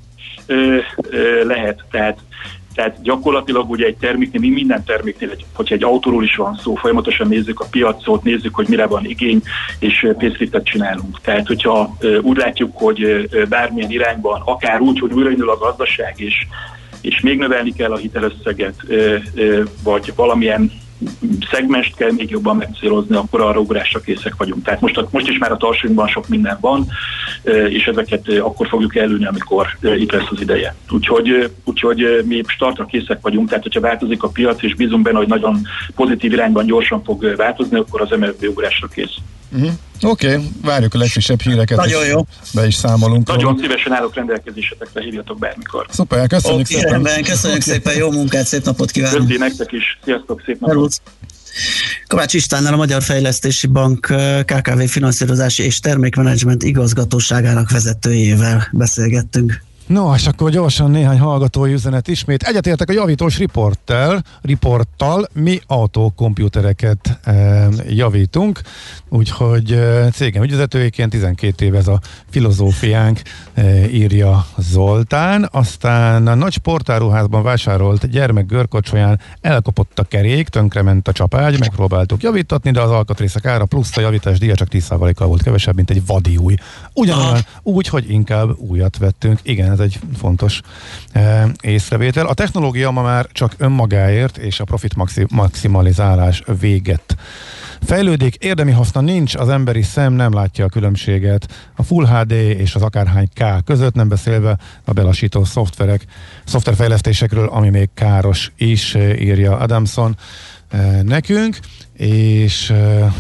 Lehet, tehát gyakorlatilag ugye egy terméknél, minden terméknél, hogyha egy autóról is van szó, folyamatosan nézzük a piacot, nézzük, hogy mire van igény, és pénzlitet csinálunk. Tehát, hogyha úgy látjuk, hogy bármilyen irányban, akár úgy, hogy újraindul a gazdaság, és még növelni kell a hitelösszeget, vagy valamilyen szegmest kell még jobban megcélozni, akkor arra ugrásra készek vagyunk. Tehát most is már a tartsonyban sok minden van, és ezeket akkor fogjuk előni, amikor itt lesz az ideje. Úgyhogy mi startra készek vagyunk, tehát hogyha változik a piac, és bízunk benne, hogy nagyon pozitív irányban gyorsan fog változni, akkor az MFB ugrásra kész. Oké, várjuk a legfrissebb híreket. Nagyon jó. Be is számolunk. Nagyon szívesen állok rendelkezésetekre, hívjatok bármikor. Szuper, köszönjük szépen. Köszönjük szépen, jó munkát, szép napot kívánunk. Köszi nektek is. Sziasztok, szép napot. Kovács Istvánnal, a Magyar Fejlesztési Bank KKV finanszírozási és termékmenedzsment igazgatóságának vezetőjével beszélgettünk. No, és akkor gyorsan néhány hallgatói üzenet ismét. Egyetértek a javítós riporttal, mi autókomputereket javítunk, úgyhogy cégem ügyvezetőjéként 12 éve ez a filozófiánk, írja Zoltán. Aztán a nagy sportáruházban vásárolt gyermek görkocsolyán elkopott a kerék, tönkrement a csapágy, megpróbáltuk javítatni, de az alkatrészek ára plusz a javítás díja csak 10%-kal volt kevesebb, mint egy vadi új. Ugyanolyan úgy, hogy inkább újat vettünk. Igen, ez egy fontos észrevétel. A technológia ma már csak önmagáért és a profit maximalizálás véget fejlődik, érdemi haszna nincs, az emberi szem nem látja a különbséget a Full HD és az akárhány K között, nem beszélve a belassító szoftverfejlesztésekről, ami még káros is, írja Adamson nekünk, és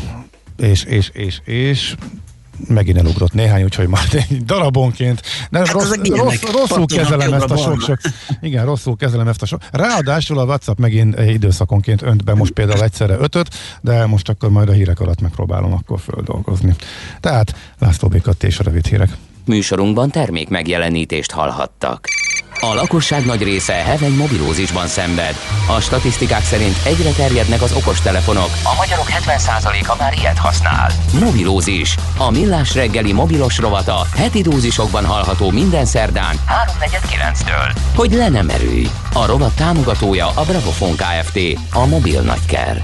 megint elugrott néhány, úgyhogy majd egy darabonként. Nem, rosszul kezelem ezt a sok. Igen, rosszul kezelem ezt a sok. Ráadásul a WhatsApp megint időszakonként önt be, most például egyszerre 5-öt, de most akkor majd a hírek alatt megpróbálom akkor földolgozni. Tehát László Békatti és a rövid hírek. Műsorunkban termék megjelenítést hallhattak. A lakosság nagy része heveny mobilózisban szenved. A statisztikák szerint egyre terjednek az okostelefonok, a magyarok 70%-a már ilyet használ. Mobilózis, a Millás reggeli mobilos rovata heti dózisokban hallható minden szerdán 3:49-től. Hogy le nem erőj. A rovat támogatója a Bravofon Kft. A mobil nagyker.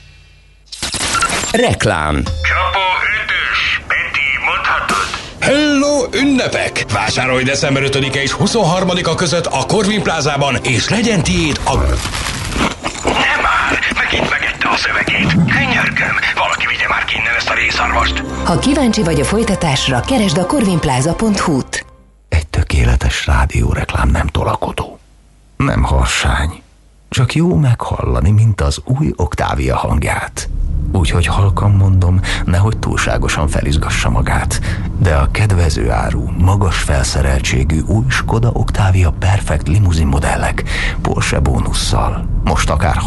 Reklám. Csapó ütős, Peti, mondhatod? Hello, ünnepek! Vásárolj december 5-e és 23-a között a Corvin Plázában, és legyen tiéd a... Nem már! Megint megette a szövegét. Könyörgöm, valaki vigye már ki innen ezt a részarvast. Ha kíváncsi vagy a folytatásra, keresd a corvinplaza.hu-t. Egy tökéletes rádióreklám nem tolakodó. Nem harsány. Csak jó meghallani, mint az új Octavia hangját. Úgyhogy halkan mondom, nehogy túlságosan felizgassa magát. De a kedvező áru, magas felszereltségű új Skoda Octavia Perfect limuzin modellek Porsche bónusszal most akár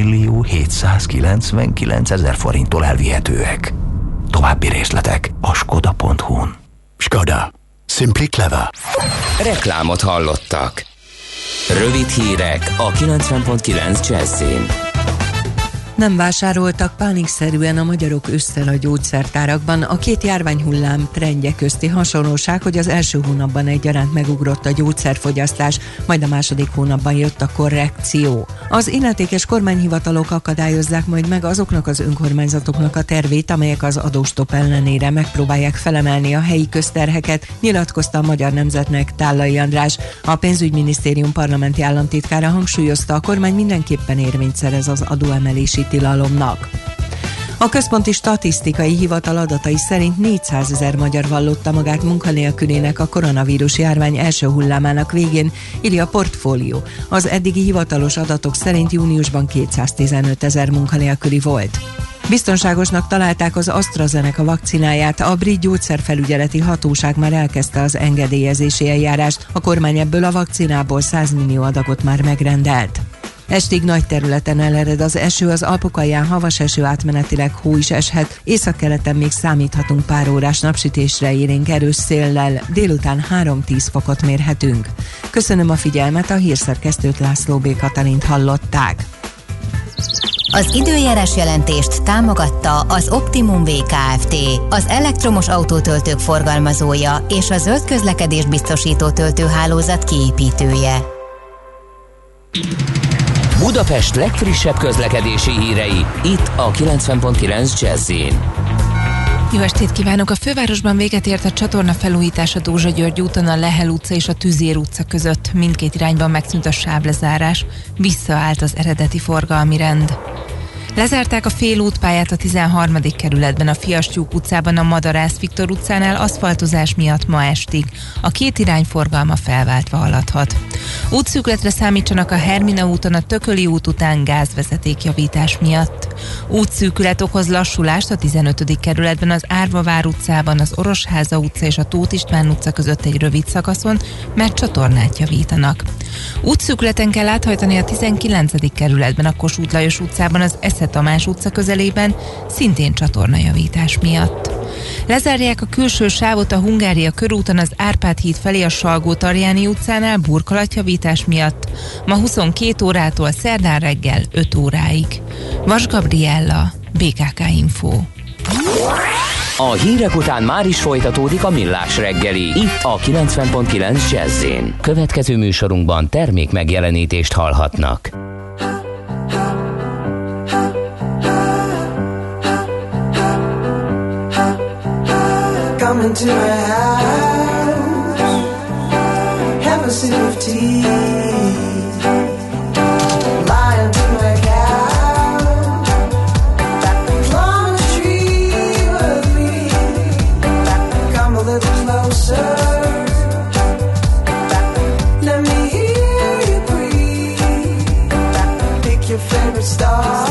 6.799.000 forinttól elvihetőek. További részletek a skoda.hu-n. Skoda. Simply clever. Reklámot hallottak. Rövid hírek a 90.9 Jazzin. Nem vásároltak pánikszerűen a magyarok ősszel a gyógyszertárakban. A két járványhullám trendje közti hasonlóság, hogy az első hónapban egyaránt megugrott a gyógyszerfogyasztás, majd a második hónapban jött a korrekció. Az illetékes kormányhivatalok akadályozzák majd meg azoknak az önkormányzatoknak a tervét, amelyek az adóstop ellenére megpróbálják felemelni a helyi közterheket, nyilatkozta a Magyar Nemzetnek Tállai András. A pénzügyminisztérium parlamenti államtitkára hangsúlyozta, a kormány mindenképpen érvényt szerez az adóemelési tilalomnak. A Központi Statisztikai Hivatal adatai szerint 400 000 magyar vallotta magát munkanélkülének a koronavírus járvány első hullámának végén, írja a Portfólió. Az eddigi hivatalos adatok szerint júniusban 215 000 munkanélküli volt. Biztonságosnak találták az AstraZeneca vakcináját, a brit gyógyszerfelügyeleti hatóság már elkezdte az engedélyezési eljárást, a kormány ebből a vakcinából 100 millió adagot már megrendelt. Estig nagy területen elered az eső, az Alpok alján havas eső, átmenetileg hó is eshet, északkeleten még számíthatunk pár órás napsütésre, élénk erős széllel, délután 3-10 fokot mérhetünk. Köszönöm a figyelmet, a hírszerkesztőt, László B. Katalint hallották. Az időjárás jelentést támogatta az Optimum Kft. Az elektromos autótöltők forgalmazója és a zöld közlekedést biztosító töltőhálózat kiépítője. Budapest legfrissebb közlekedési hírei, itt a 90.9 Jazzin. Jó estét kívánok! A fővárosban véget ért a csatorna felújítás a Dózsa György úton, a Lehel utca és a Tüzér utca között. Mindkét irányban megszűnt a sávlezárás, visszaállt az eredeti forgalmi rend. Lezárták a félútpályát a 13. kerületben, a Fiastyúk utcában, a Madarász Viktor utcánál aszfaltozás miatt ma estig. A két irány forgalma felváltva haladhat. Útszűkületre számítsanak a Hermina úton, a Tököli út után gázvezetékjavítás miatt. Útszűkület okoz lassulást a 15. kerületben, az Árvavár utcában, az Orosháza utca és a Tóth István utca között egy rövid szakaszon, mert csatornát javítanak. Útszűkületen kell áthajtani a 19. kerületben, a Kossuth Lajos utcában, az Esze Tamás utca közelében, szintén csatornajavítás miatt. Lezárják a külső sávot a Hungária körúton, az Árpád híd felé a Salgó-Tarjáni utcánál burkolatjavítás miatt, ma 22 órától szerdán reggel 5 óráig. Vas Gabriella, BKK Info. A hírek után már is folytatódik a Millás reggeli, itt a 90.9 Jazz-én. Következő műsorunkban termék megjelenítést hallhatnak. Come into my house, have a sip of tea, lie under my couch, climb a tree with me, come a little closer, let me hear you breathe, pick your favorite star.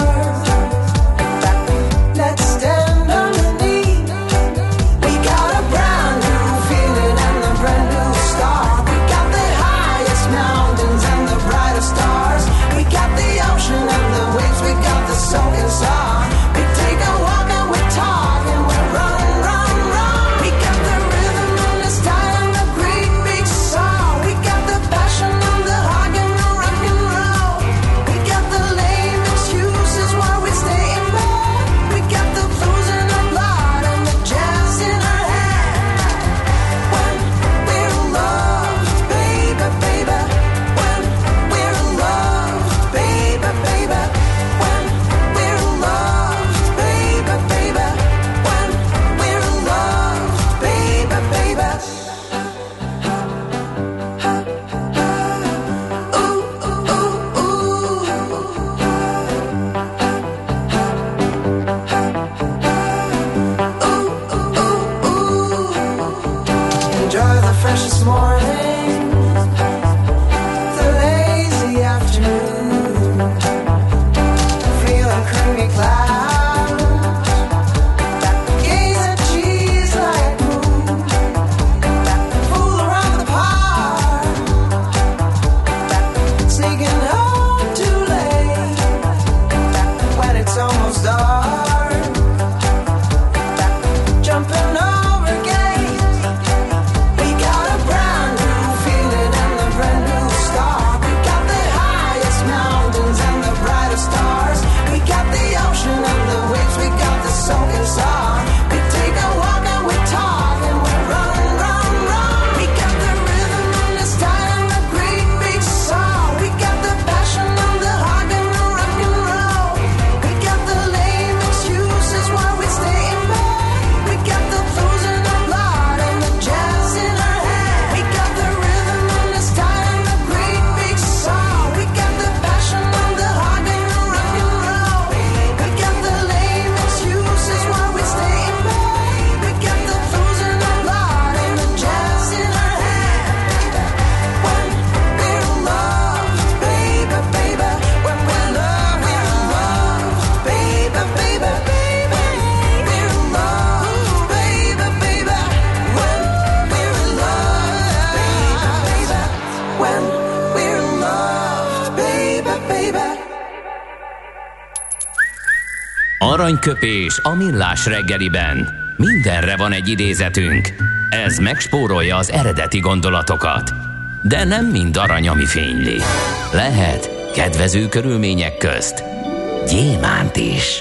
Aranyköpés a Millás reggeliben. Mindenre van egy idézetünk. Ez megspórolja az eredeti gondolatokat. De nem mind arany, ami fényli. Lehet kedvező körülmények közt gyémánt is.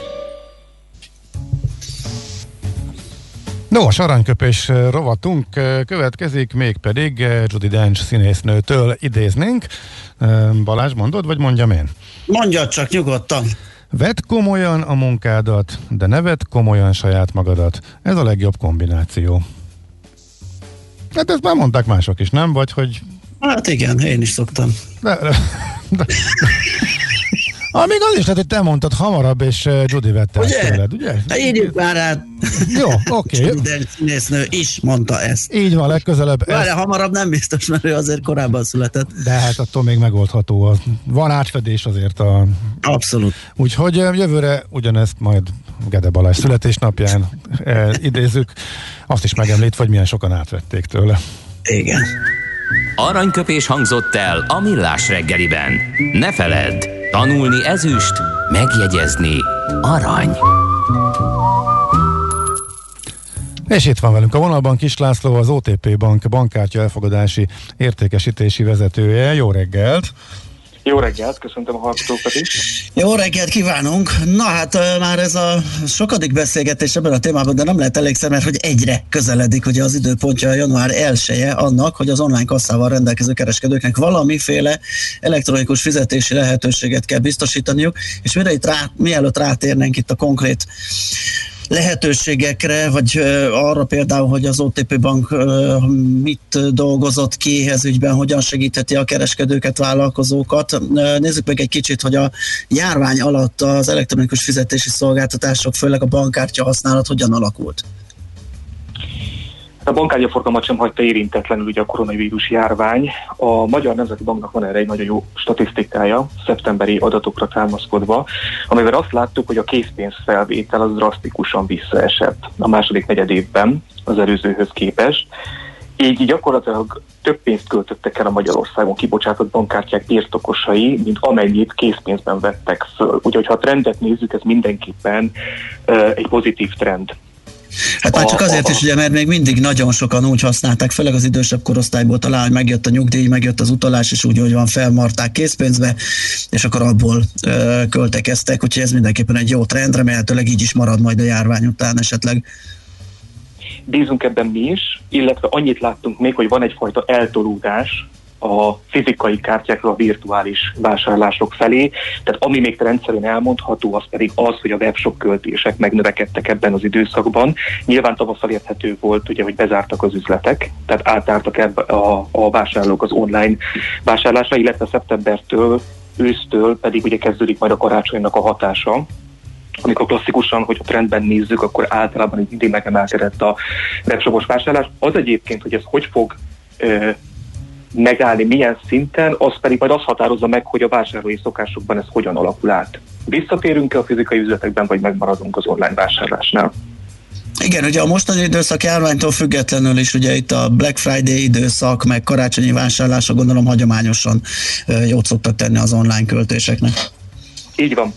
Nos, aranyköpés rovatunk következik, mégpedig Judi Dench színésznőtől idéznénk. Balázs, mondod, vagy mondjam én? Mondjad csak nyugodtan. Vedd komolyan a munkádat, de ne vedd komolyan saját magadat. Ez a legjobb kombináció. Hát ezt már mondták mások is, nem? Vagy hogy... Hát igen, én is szoktam. Még az is lehet, hogy te mondtad hamarabb, és Judy vette ezt tőled, ugye? Írjuk már át. Jó, oké. Minden színésznő is mondta ezt. Így van, legközelebb. Várj, hamarabb nem biztos, mert ő azért korábban született. De hát attól még megoldható. Van átfedés azért Abszolút. Úgyhogy jövőre ugyanezt majd Gede Balázs születésnapján idézzük. Azt is megemlítve, hogy milyen sokan átvették tőle. Igen. Aranyköpés hangzott el a Millás reggeliben. Ne feledd, tanulni ezüst, megjegyezni arany. És itt van velünk a vonalban Kis László, az OTP Bank bankkártya elfogadási értékesítési vezetője. Jó reggelt! Jó reggelt, köszöntöm a hallgatókat is. Jó reggelt kívánunk! Na hát már ez a sokadik beszélgetés ebben a témában, de nem lehet elégszer, mert hogy egyre közeledik ugye az időpontja, a január 1-e annak, hogy az online kasszával rendelkező kereskedőknek valamiféle elektronikus fizetési lehetőséget kell biztosítaniuk, és mielőtt rátérnénk itt a konkrét lehetőségekre, vagy arra például, hogy az OTP Bank mit dolgozott ki ez ügyben, hogyan segítheti a kereskedőket, vállalkozókat. Nézzük meg egy kicsit, hogy a járvány alatt az elektronikus fizetési szolgáltatások, főleg a bankkártya használat hogyan alakult. A bankkártyaforgalmat sem hagyta érintetlenül ugye a koronavírus járvány. A Magyar Nemzeti Banknak van erre egy nagyon jó statisztikája, szeptemberi adatokra támaszkodva, amivel azt láttuk, hogy a készpénzfelvétel az drasztikusan visszaesett a második negyedévben az előzőhöz képest. Így gyakorlatilag több pénzt költöttek el a Magyarországon kibocsátott bankkártyák birtokosai, mint amennyit készpénzben vettek föl. Úgyhogy ha a trendet nézzük, ez mindenképpen egy pozitív trend. Hát már csak azért is, ugye, mert még mindig nagyon sokan úgy használták, főleg az idősebb korosztályból talán, hogy megjött a nyugdíj, megjött az utalás, és úgy, hogy van, felmarták készpénzbe, és akkor abból költekeztek, úgyhogy ez mindenképpen egy jó trend, remélhetőleg így is marad majd a járvány után esetleg. Bízunk ebben mi is, illetve annyit láttunk még, hogy van egyfajta eltolódás a fizikai kártyákról a virtuális vásárlások felé. Tehát ami még rendszerűen elmondható, az pedig az, hogy a webshop költések megnövekedtek ebben az időszakban. Nyilván tavasszal érthető volt, ugye, hogy bezártak az üzletek, tehát átálltak ebbe a vásárlók az online vásárlásra, illetve szeptembertől, ősztől pedig ugye kezdődik majd a karácsonynak a hatása, amikor klasszikusan, hogy a trendben nézzük, akkor általában egy idén megemelkedett a webshopos vásárlás. Az egyébként, hogy ez hogy fog megállni, milyen szinten, az pedig majd azt határozza meg, hogy a vásárlói szokásokban ez hogyan alakul át. Visszatérünk-e a fizikai üzletekben, vagy megmaradunk az online vásárlásnál? Igen, ugye a mostani időszak járványtól függetlenül is, ugye itt a Black Friday időszak, meg karácsonyi vásárlásra gondolom hagyományosan jót szoktak tenni az online költéseknek. Így van.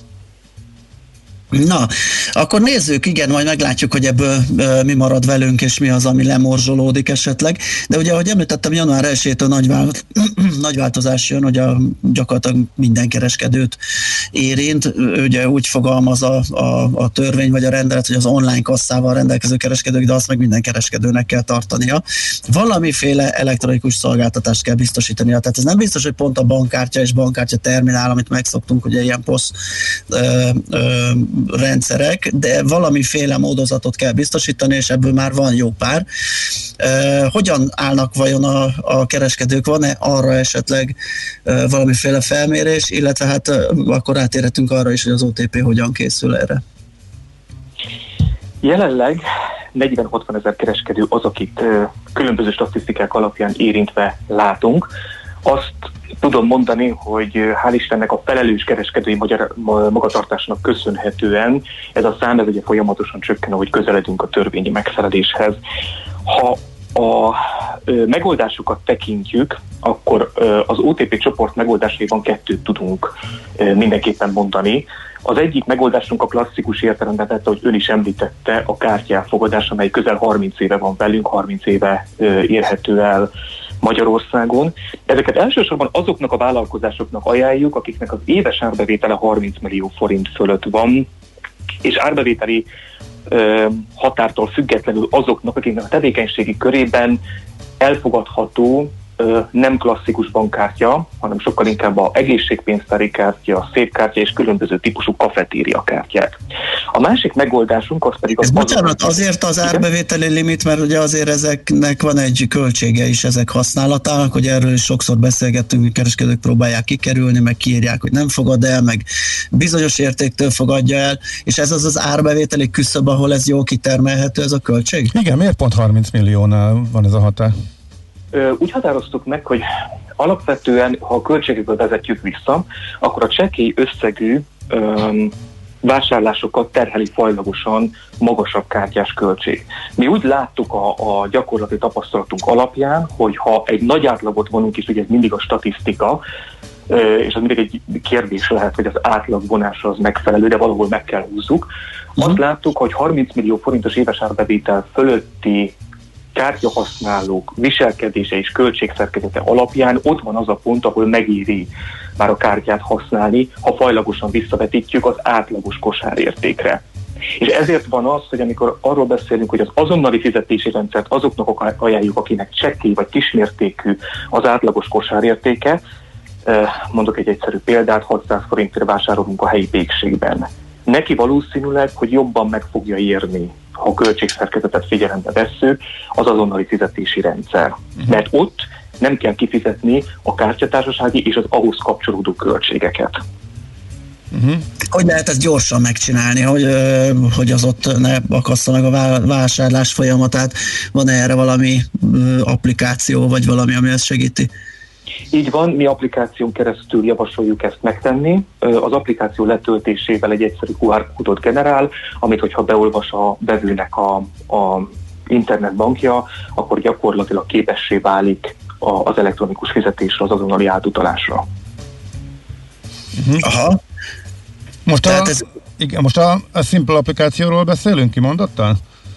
Na, akkor nézzük, igen, majd meglátjuk, hogy ebből mi marad velünk, és mi az, ami lemorzsolódik esetleg. De ugye, ahogy említettem, január 1-től nagy változás jön, hogy gyakorlatilag minden kereskedőt érint. Ugye úgy fogalmaz a törvény vagy a rendelet, hogy az online kasszával rendelkező kereskedők, de azt meg minden kereskedőnek kell tartania. Valamiféle elektronikus szolgáltatást kell biztosítania. Tehát ez nem biztos, hogy pont a bankkártya és bankkártya terminál, amit megszoktunk, ugye ilyen POS rendszerek, de valamiféle módozatot kell biztosítani, és ebből már van jó pár. Hogyan állnak vajon a kereskedők? Van-e arra esetleg valamiféle felmérés, illetve hát akkor átérhetünk arra is, hogy az OTP hogyan készül erre? Jelenleg 40-60 ezer kereskedő az, akit különböző statisztikák alapján érintve látunk. Azt tudom mondani, hogy hál' Istennek a felelős kereskedői magatartásnak köszönhetően ez a szám ugye folyamatosan csökken, ahogy közeledünk a törvényi megfeleléshez. Ha a megoldásokat tekintjük, akkor az OTP csoport megoldásaiban kettőt tudunk mindenképpen mondani. Az egyik megoldásunk a klasszikus értelemben vette, hogy ön is említette, a kártyáfogadás, amely közel 30 éve van velünk, 30 éve érhető el Magyarországon. Ezeket elsősorban azoknak a vállalkozásoknak ajánljuk, akiknek az éves árbevétele 30 millió forint fölött van, és árbevételi határtól függetlenül azoknak, akiknek a tevékenységi körében elfogadható nem klasszikus bankkártya, hanem sokkal inkább a egészségpénztári kártya, a szépkártya és különböző típusú kafetéria kártyák. A másik megoldásunk az pedig... Bocsánat, azért az árbevételi limit, mert ugye azért ezeknek van egy költsége is ezek használatának, hogy erről is sokszor beszélgettünk, hogy kereskedők próbálják kikerülni, meg kiírják, hogy nem fogad el, meg bizonyos értéktől fogadja el, és ez az árbevételi küszöb, ahol ez jól kitermelhető, ez a költség? Igen, miért pont 30 milliónál van ez a határ? Úgy határoztuk meg, hogy alapvetően, ha a költségekből vezetjük vissza, akkor a csekély összegű vásárlásokat terheli fajlagosan magasabb kártyás költség. Mi úgy láttuk a gyakorlati tapasztalatunk alapján, hogy ha egy nagy átlagot vonunk, és ugye ez mindig a statisztika, és az mindig egy kérdés lehet, hogy az átlagvonása az megfelelő, de valahol meg kell húzzuk. Azt láttuk, hogy 30 millió forintos éves árbevétel fölötti kártyahasználók viselkedése és költségszerkezete alapján ott van az a pont, ahol megéri már a kártyát használni, ha fajlagosan visszavetítjük az átlagos kosárértékre. És ezért van az, hogy amikor arról beszélünk, hogy az azonnali fizetési rendszert azoknak ajánljuk, akinek csekély vagy kismértékű az átlagos kosárértéke, mondok egy egyszerű példát, 600 forintért vásárolunk a helyi pékségben. Neki valószínűleg, hogy jobban meg fogja érni, ha a költségszerkezetet figyelembe vesszük, az azonnali fizetési rendszer. Mert ott nem kell kifizetni a kártyatársasági és az ahhoz kapcsolódó költségeket. Hogy lehet ezt gyorsan megcsinálni, hogy az ott ne akassza meg a vásárlás folyamatát? Van-e erre valami applikáció, vagy valami, ami ezt segíti? Így van, mi applikáción keresztül javasoljuk ezt megtenni. Az applikáció letöltésével egy egyszerű QR kódot generál, amit hogyha beolvas a vevőnek a internetbankja, akkor gyakorlatilag képessé válik az elektronikus fizetésre, az azonnali átutalásra. Aha. Most a Simple applikációról beszélünk, kimondottan?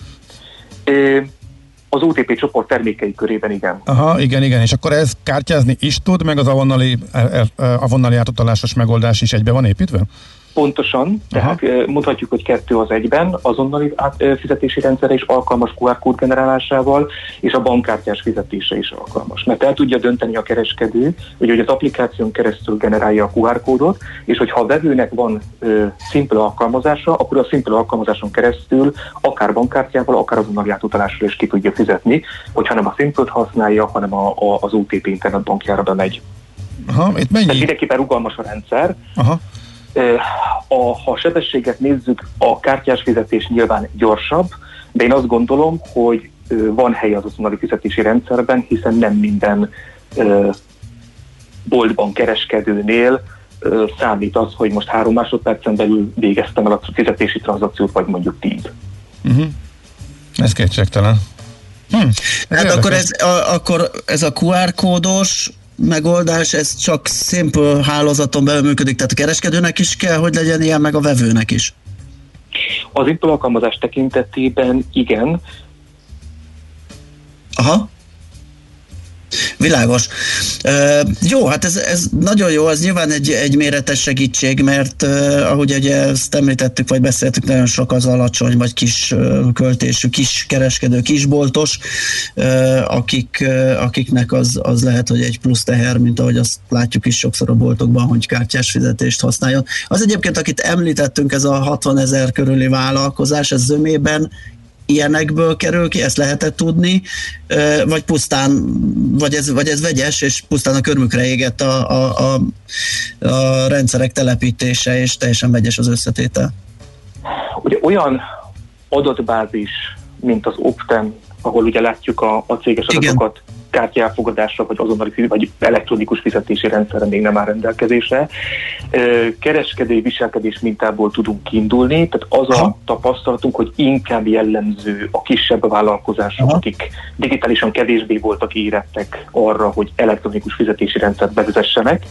Az OTP csoport termékei körében igen. Aha, igen, és akkor ez kártyázni is tud, meg az avonnali átutalásos megoldás is egybe van építve? Pontosan, tehát mondhatjuk, hogy 2 az 1-ben, azonnali fizetési rendszerre is alkalmas QR kód generálásával, és a bankkártyás fizetése is alkalmas. Mert el tudja dönteni a kereskedő, hogy az applikáción keresztül generálja a QR kódot, és hogyha a vevőnek van Simple alkalmazása, akkor a Simple alkalmazáson keresztül akár bankkártyával, akár azonnali átutalással is ki tudja fizetni, hogyha nem a Simple-t használja, hanem az OTP internetbankjára bemegy. Aha, itt mennyi? Tehát mindenképpen rugalmas a rendszer. Aha. Ha a sebességet nézzük, a kártyás fizetés nyilván gyorsabb, de én azt gondolom, hogy van hely az azonnali fizetési rendszerben, hiszen nem minden boltban kereskedőnél számít az, hogy most 3 másodpercen belül végeztem el a fizetési tranzakciót, vagy mondjuk 10. Ez kétségtelen. Hát akkor ez a QR kódos megoldás, ez csak Simple hálózaton belül működik, tehát a kereskedőnek is kell, hogy legyen ilyen, meg a vevőnek is. Az Simple alkalmazás tekintetében igen. Aha. Világos. Jó, hát ez nagyon jó, ez nyilván egy méretes segítség, mert ahogy ugye ezt említettük, vagy beszéltük, nagyon sok az alacsony, vagy kis költésű, kis kereskedő, kisboltos, akiknek az lehet, hogy egy plusz teher, mint ahogy azt látjuk is sokszor a boltokban, hogy kártyás fizetést használjon. Az egyébként, akit említettünk, ez a 60 000 körüli vállalkozás, ez zömében ilyenekből kerül ki, ezt lehetett tudni, vagy pusztán, vagy ez vegyes, és pusztán a körmükre égett a rendszerek telepítése, és teljesen vegyes az összetétel. Ugye olyan adatbázis, mint az Optem, ahol ugye látjuk a céges adatokat, kártyaelfogadásra, vagy azonnali, vagy elektronikus fizetési rendszerre még nem áll rendelkezésre. Kereskedői viselkedés mintából tudunk kiindulni, tehát az a tapasztalatunk, hogy inkább jellemző a kisebb vállalkozások, akik digitálisan kevésbé voltak érettek arra, hogy elektronikus fizetési rendszert bevezessenek.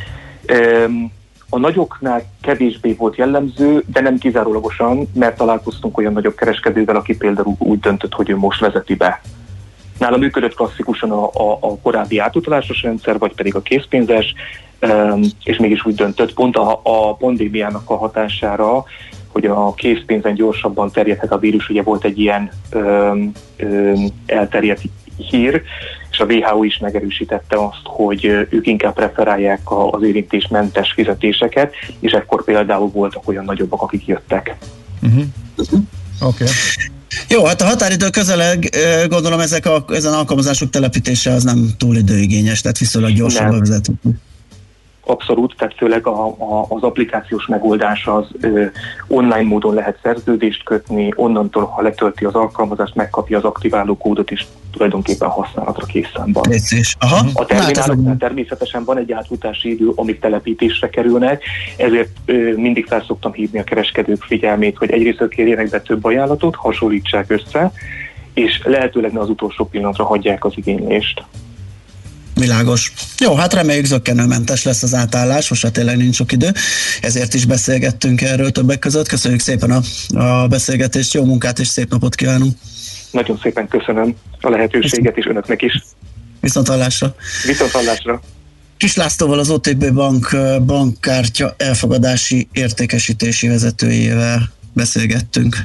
A nagyoknál kevésbé volt jellemző, de nem kizárólagosan, mert találkoztunk olyan nagyobb kereskedővel, aki például úgy döntött, hogy ő most vezeti be. Nála működött klasszikusan a korábbi átutalásos rendszer, vagy pedig a készpénzes, és mégis úgy döntött pont a pandémiának a hatására, hogy a készpénzen gyorsabban terjedhet a vírus. Ugye volt egy ilyen elterjedt hír, és a WHO is megerősítette azt, hogy ők inkább preferálják az érintésmentes fizetéseket, és ekkor például voltak olyan nagyobbak, akik jöttek. Oké. Jó, hát a határidő közeleg, gondolom ezen alkalmazások telepítése az nem túl időigényes, tehát viszonylag gyorsan bevezethető. Abszolút, tehát főleg az applikációs megoldás az online módon lehet szerződést kötni, onnantól, ha letölti az alkalmazást, megkapja az aktiváló kódot, és tulajdonképpen használatra készen van. A termináloknál természetesen van egy átfutási idő, amik telepítésre kerülnek, ezért mindig fel szoktam hívni a kereskedők figyelmét, hogy egyrészt kérjenek be több ajánlatot, hasonlítsák össze, és lehetőleg ne az utolsó pillanatra hagyják az igénylést. Világos. Jó, hát reméljük zökkenőmentes lesz az átállás, most hát tényleg nincs sok idő, ezért is beszélgettünk erről többek között. Köszönjük szépen a beszélgetést, jó munkát és szép napot kívánunk. Nagyon szépen köszönöm a lehetőséget, és önöknek is. Viszonthallásra. Viszonthallásra. Kis Lászlóval, az OTP Bank bankkártya elfogadási értékesítési vezetőjével beszélgettünk.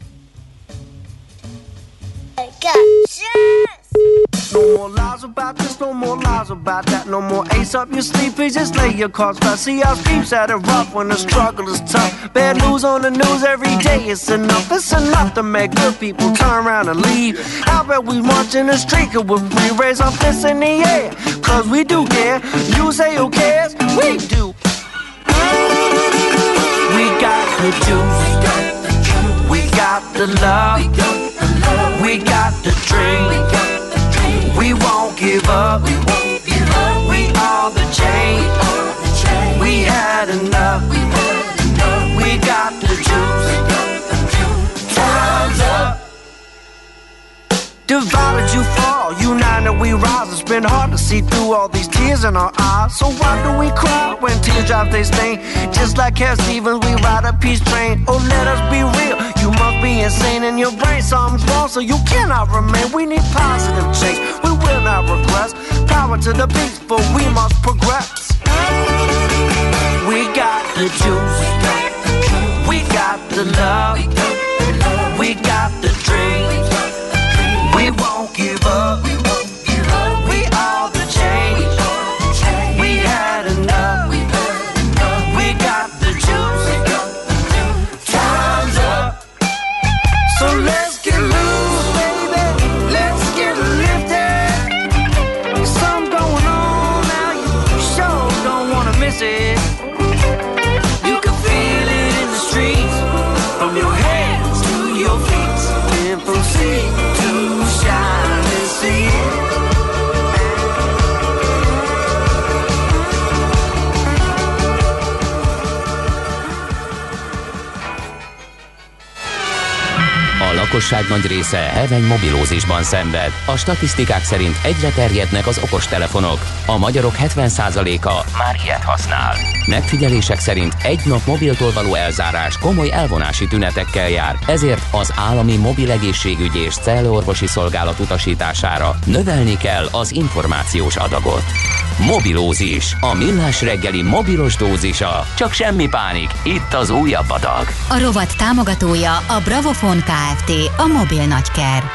No more lies about this, no more lies about that. No more ace up your sleeve, please just lay your cards flat. See how streets had it rough when the struggle is tough. Bad news on the news every day, it's enough to make good people turn around and leave. How about we march in the street with free, raise our fists in the air, cause we do care. You say who cares? We do. We got the juice, we got the love, we got the dream. We won't give up. We are the change. We had enough. We got the juice. Time's up. Divided you fall, united we rise. It's been hard to see through all these tears in our eyes. So why do we cry when teardrops they stain? Just like Cat Stevens, we ride a peace train. Oh, let us be real. You must be insane in your brain. Something's wrong, so you cannot remain. We need positive change. We will not regress. Power to the peaceful, we must progress. We got the juice. We got the love. We got the dream. We won't give up. We are the change. We had enough. We got the juice. Time's up. So let's get loose, baby. Let's get lifted. Something going on now. You sure don't wanna miss it. You can feel it in the streets, from your hands to your feet, and proceed to shine and see. A lakosság nagy része heveny mobilózisban szenved. A statisztikák szerint egyre terjednek az okostelefonok. A magyarok 70%-a már ilyet használ. Megfigyelések szerint egy nap mobiltól való elzárás komoly elvonási tünetekkel jár, ezért az állami mobil egészségügyi és cellorvosi szolgálat utasítására növelni kell az információs adagot. Mobilózis, a millás reggeli mobilos dózisa. Csak semmi pánik, itt az újabb adag. A rovat támogatója a Bravofon Kft. A mobil nagyker.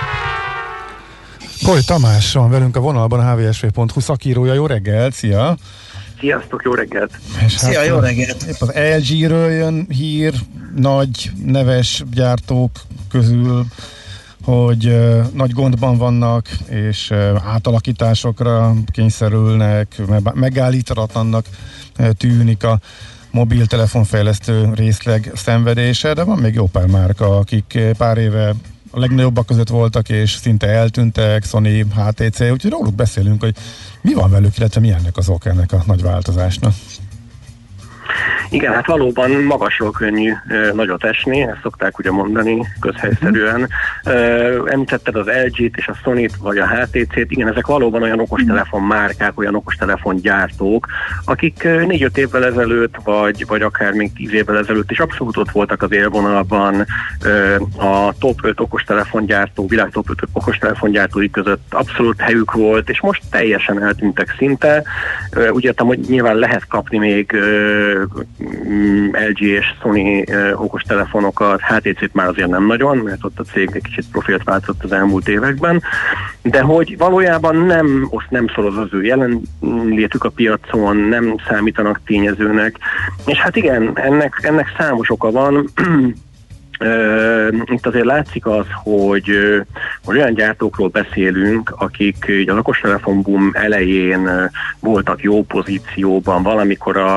Poly Tamás van velünk a vonalban, a hvsv.hu szakírója. Jó reggelt, szia! Sziasztok, jó reggelt! És szia, jó reggelt! Épp az LG-ről jön hír, nagy neves gyártók közül, hogy nagy gondban vannak, és átalakításokra kényszerülnek, megállíthatatlannak tűnik a mobiltelefonfejlesztő részleg szenvedése, de van még jó pár márka, akik pár éve a legnagyobbak között voltak, és szinte eltűntek, Sony, HTC, úgyhogy róluk beszélünk, hogy mi van velük, illetve mi ennek az oka ennek a nagy változásnak. Igen, hát valóban magasról könnyű nagyot esni, ezt szokták ugye mondani közhelyszerűen. Említetted az LG-t és a Sony-t, vagy a HTC-t, igen, ezek valóban olyan okostelefon márkák, olyan okostelefon gyártók, akik 4-5 évvel ezelőtt, vagy akár még 10 évvel ezelőtt is abszolút ott voltak az élvonalban, a top 5 okostelefongyártó, világ top 5 okostelefongyártói között abszolút helyük volt, és most teljesen eltűntek szinte. Úgy értem, hogy nyilván lehet kapni még LG és Sony okostelefonokat, HTC-t már azért nem nagyon, mert ott a cég egy kicsit profilt változott az elmúlt években, de hogy valójában nem szoroz az ő jelenlétük a piacon, nem számítanak tényezőnek, és hát igen, ennek számos oka van. Itt azért látszik az, hogy olyan gyártókról beszélünk, akik az okostelefon boom elején voltak jó pozícióban, valamikor a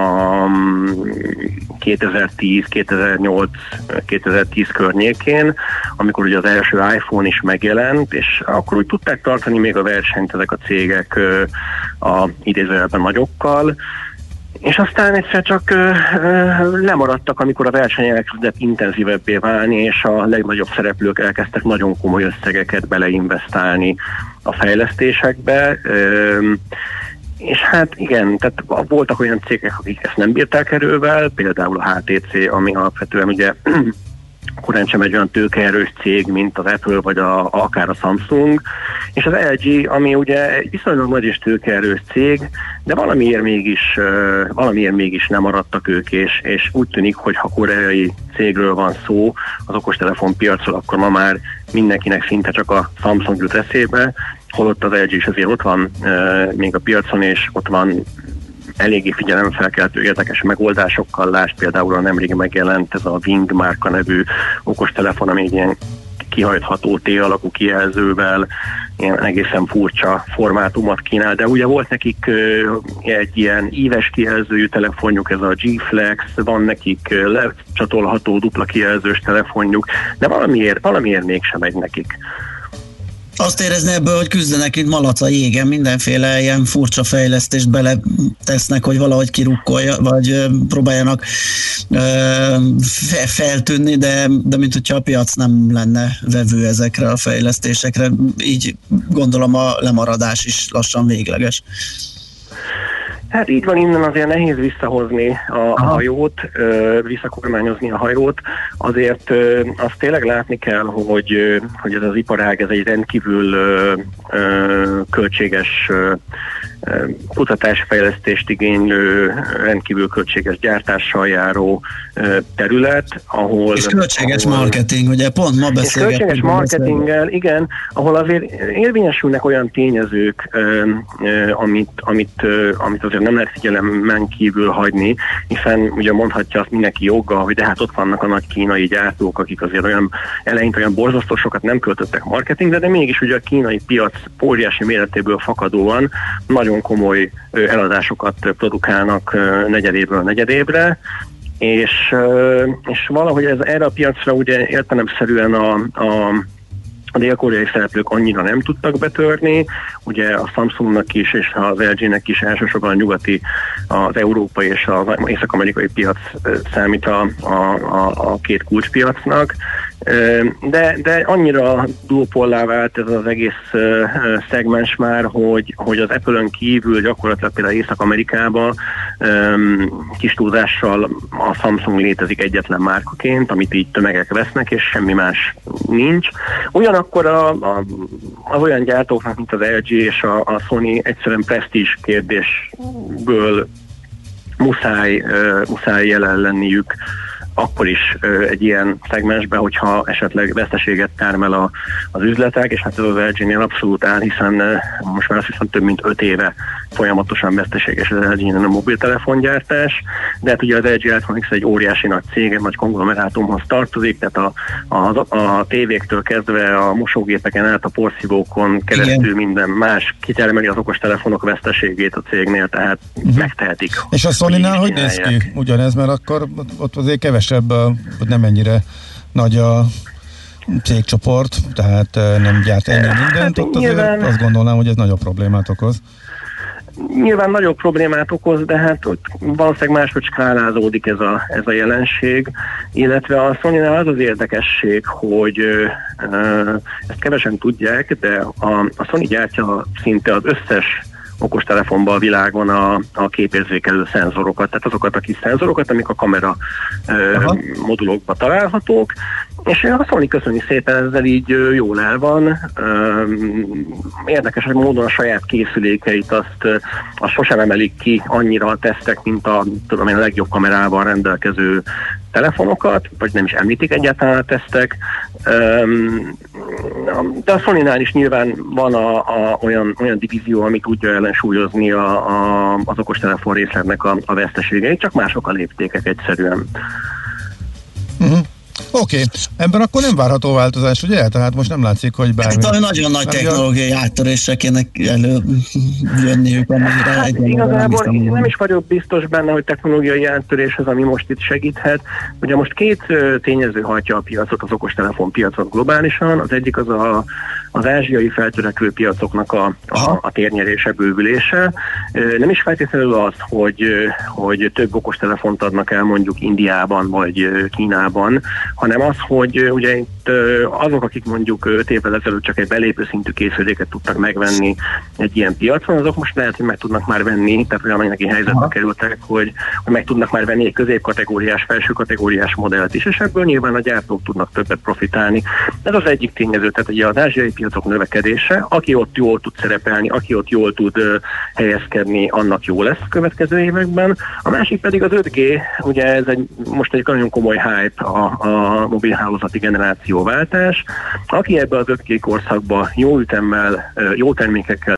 2010, 2008, 2010 környékén, amikor ugye az első iPhone is megjelent, és akkor úgy tudták tartani még a versenyt ezek a cégek a idézőjelben nagyokkal, és aztán egyszer csak lemaradtak, amikor a verseny elkezdett intenzívebbé válni, és a legnagyobb szereplők elkezdtek nagyon komoly összegeket beleinvestálni a fejlesztésekbe. És hát igen, tehát voltak olyan cégek, akik ezt nem bírták erővel, például a HTC, ami alapvetően ugye korán sem egy olyan tőkeerős cég, mint az Apple vagy akár a Samsung, és az LG, ami ugye egy viszonylag nagy és tőkeerős cég, de valamiért mégis nem maradtak ők, és úgy tűnik, hogy ha koreai cégről van szó az okostelefon piacról, akkor ma már mindenkinek szinte csak a Samsung jut eszébe, holott az LG is azért ott van még a piacon, és ott van eléggé figyelemfelkeltő érdekes megoldásokkal, lásd például a nemrég megjelent ez a Wing márka nevű okostelefon, ami egy ilyen kihajtható T-alakú kijelzővel ilyen egészen furcsa formátumot kínál, de ugye volt nekik egy ilyen íves kijelzőjű telefonjuk, ez a G-Flex, van nekik lecsatolható dupla kijelzős telefonjuk, de valamiért mégsem megy nekik. Azt érezni ebből, hogy küzdenek itt malac a jégen, mindenféle ilyen furcsa fejlesztést bele tesznek, hogy valahogy kirukkolja, vagy próbáljanak feltűnni, de mint hogyha a piac nem lenne vevő ezekre a fejlesztésekre, így gondolom a lemaradás is lassan végleges. Hát így van, innen azért nehéz visszahozni a hajót, visszakormányozni a hajót. Azért azt tényleg látni kell, hogy ez az iparág, ez egy rendkívül költséges kutatásfejlesztést igénylő, rendkívül költséges gyártással járó terület, ahol... És költséges marketing, ugye pont ma beszélgettünk. És költséges marketinggel, igen, ahol azért érvényesülnek olyan tényezők, amit azért nem lehet figyelemen kívül hagyni, hiszen ugye mondhatja azt mindenki joggal, hogy de hát ott vannak a nagy kínai gyártók, akik azért eleinte olyan borzasztó sokat nem költöttek marketingre, de mégis ugye a kínai piac óriási méretéből fakadóan nagyon komoly eladásokat produkálnak negyedévről negyedévre, és valahogy erre a piacra ugye értelemszerűen a dél-koreai szereplők annyira nem tudtak betörni, ugye a Samsungnak is és az LG-nek is elsősorban a nyugati, az európai és az észak-amerikai piac számít a két kulcspiacnak, de annyira duopollá vált ez az egész szegmens már, hogy az Apple-ön kívül gyakorlatilag például Észak-Amerikában kis túlzással a Samsung létezik egyetlen márkaként, amit így tömegek vesznek, és semmi más nincs. Ugyanakkor az olyan gyártóknak, mint az LG és a Sony egyszerűen presztízs kérdésből muszáj jelen lenniük akkor is egy ilyen szegmensben, hogyha esetleg veszteséget termel az üzletek, és hát ez az LG-nél abszolút áll, hiszen most már azt hiszem több mint 5 éve folyamatosan veszteséges az LG-nél a mobiltelefongyártás, de hát ugye az LG Electronics egy óriási nagy cég, egy nagy konglomerátumhoz tartozik, tehát a tévéktől kezdve a mosógépeken át a porszívókon keresztül igen, minden más kitermeli az okostelefonok veszteségét a cégnél, tehát megtehetik. És a Sony-nál hogy néz ki ugyanez, mert akkor ott azért kevesebb, nem ennyire nagy a cégcsoport, tehát nem gyárt ennyi mindent, ott azért azt gondolnám, hogy ez nagyobb problémát okoz. Nyilván nagyobb problémát okoz, de hát ott valószínűleg máshogy skálázódik ez a jelenség, illetve a Sony-nál az az érdekesség, hogy ezt kevesen tudják, de a Sony gyártja szinte az összes okostelefonban a világon a képérzékelő szenzorokat, tehát azokat a kis szenzorokat, amik a kamera modulokban találhatók, és a Sony köszöni szépen ezzel így jól el van. Érdekes módon a saját készülékeit azt sosem emelik ki annyira a tesztek, mint a legjobb kamerával rendelkező telefonokat, vagy nem is említik egyáltalán a tesztek. De a Sonynál is nyilván van olyan divízió, ami tudja ellensúlyozni az okostelefon részletnek a veszteségeit, csak mások a léptékek egyszerűen. Oké. Ebben akkor nem várható változás, ugye? Tehát most nem látszik, hogy bármi... Hát nagyon nagy technológiai áttörésre kéne előjönniük, amire igazából nem is vagyok biztos benne, hogy technológiai áttörés az, ami most itt segíthet. Ugye most két tényező hajtja a piacot, az okostelefon piacot globálisan. Az egyik az ázsiai feltörekvő piacoknak a térnyerése, bővülése. Nem is feltétlenül az, hogy több okostelefont adnak el mondjuk Indiában vagy Kínában, hanem az, hogy ugye itt azok, akik mondjuk 5 évvel ezelőtt csak egy belépő szintű készüléket tudtak megvenni egy ilyen piacon, azok most lehet, hogy meg tudnak már venni, tehát olyan anyagi helyzetbe kerültek, hogy meg tudnak már venni egy középkategóriás, felső kategóriás modellt is, és ebből nyilván a gyártók tudnak többet profitálni. Ez az egyik tényező, tehát ugye az ázsiai piacok növekedése, aki ott jól tud szerepelni, aki ott jól tud helyezkedni, annak jó lesz a következő években. A másik pedig az 5G, ugye ez most egy nagyon komoly hype a mobilhálózati generációváltás. Aki ebbe az 5G korszakba jó ütemmel, jó termékekkel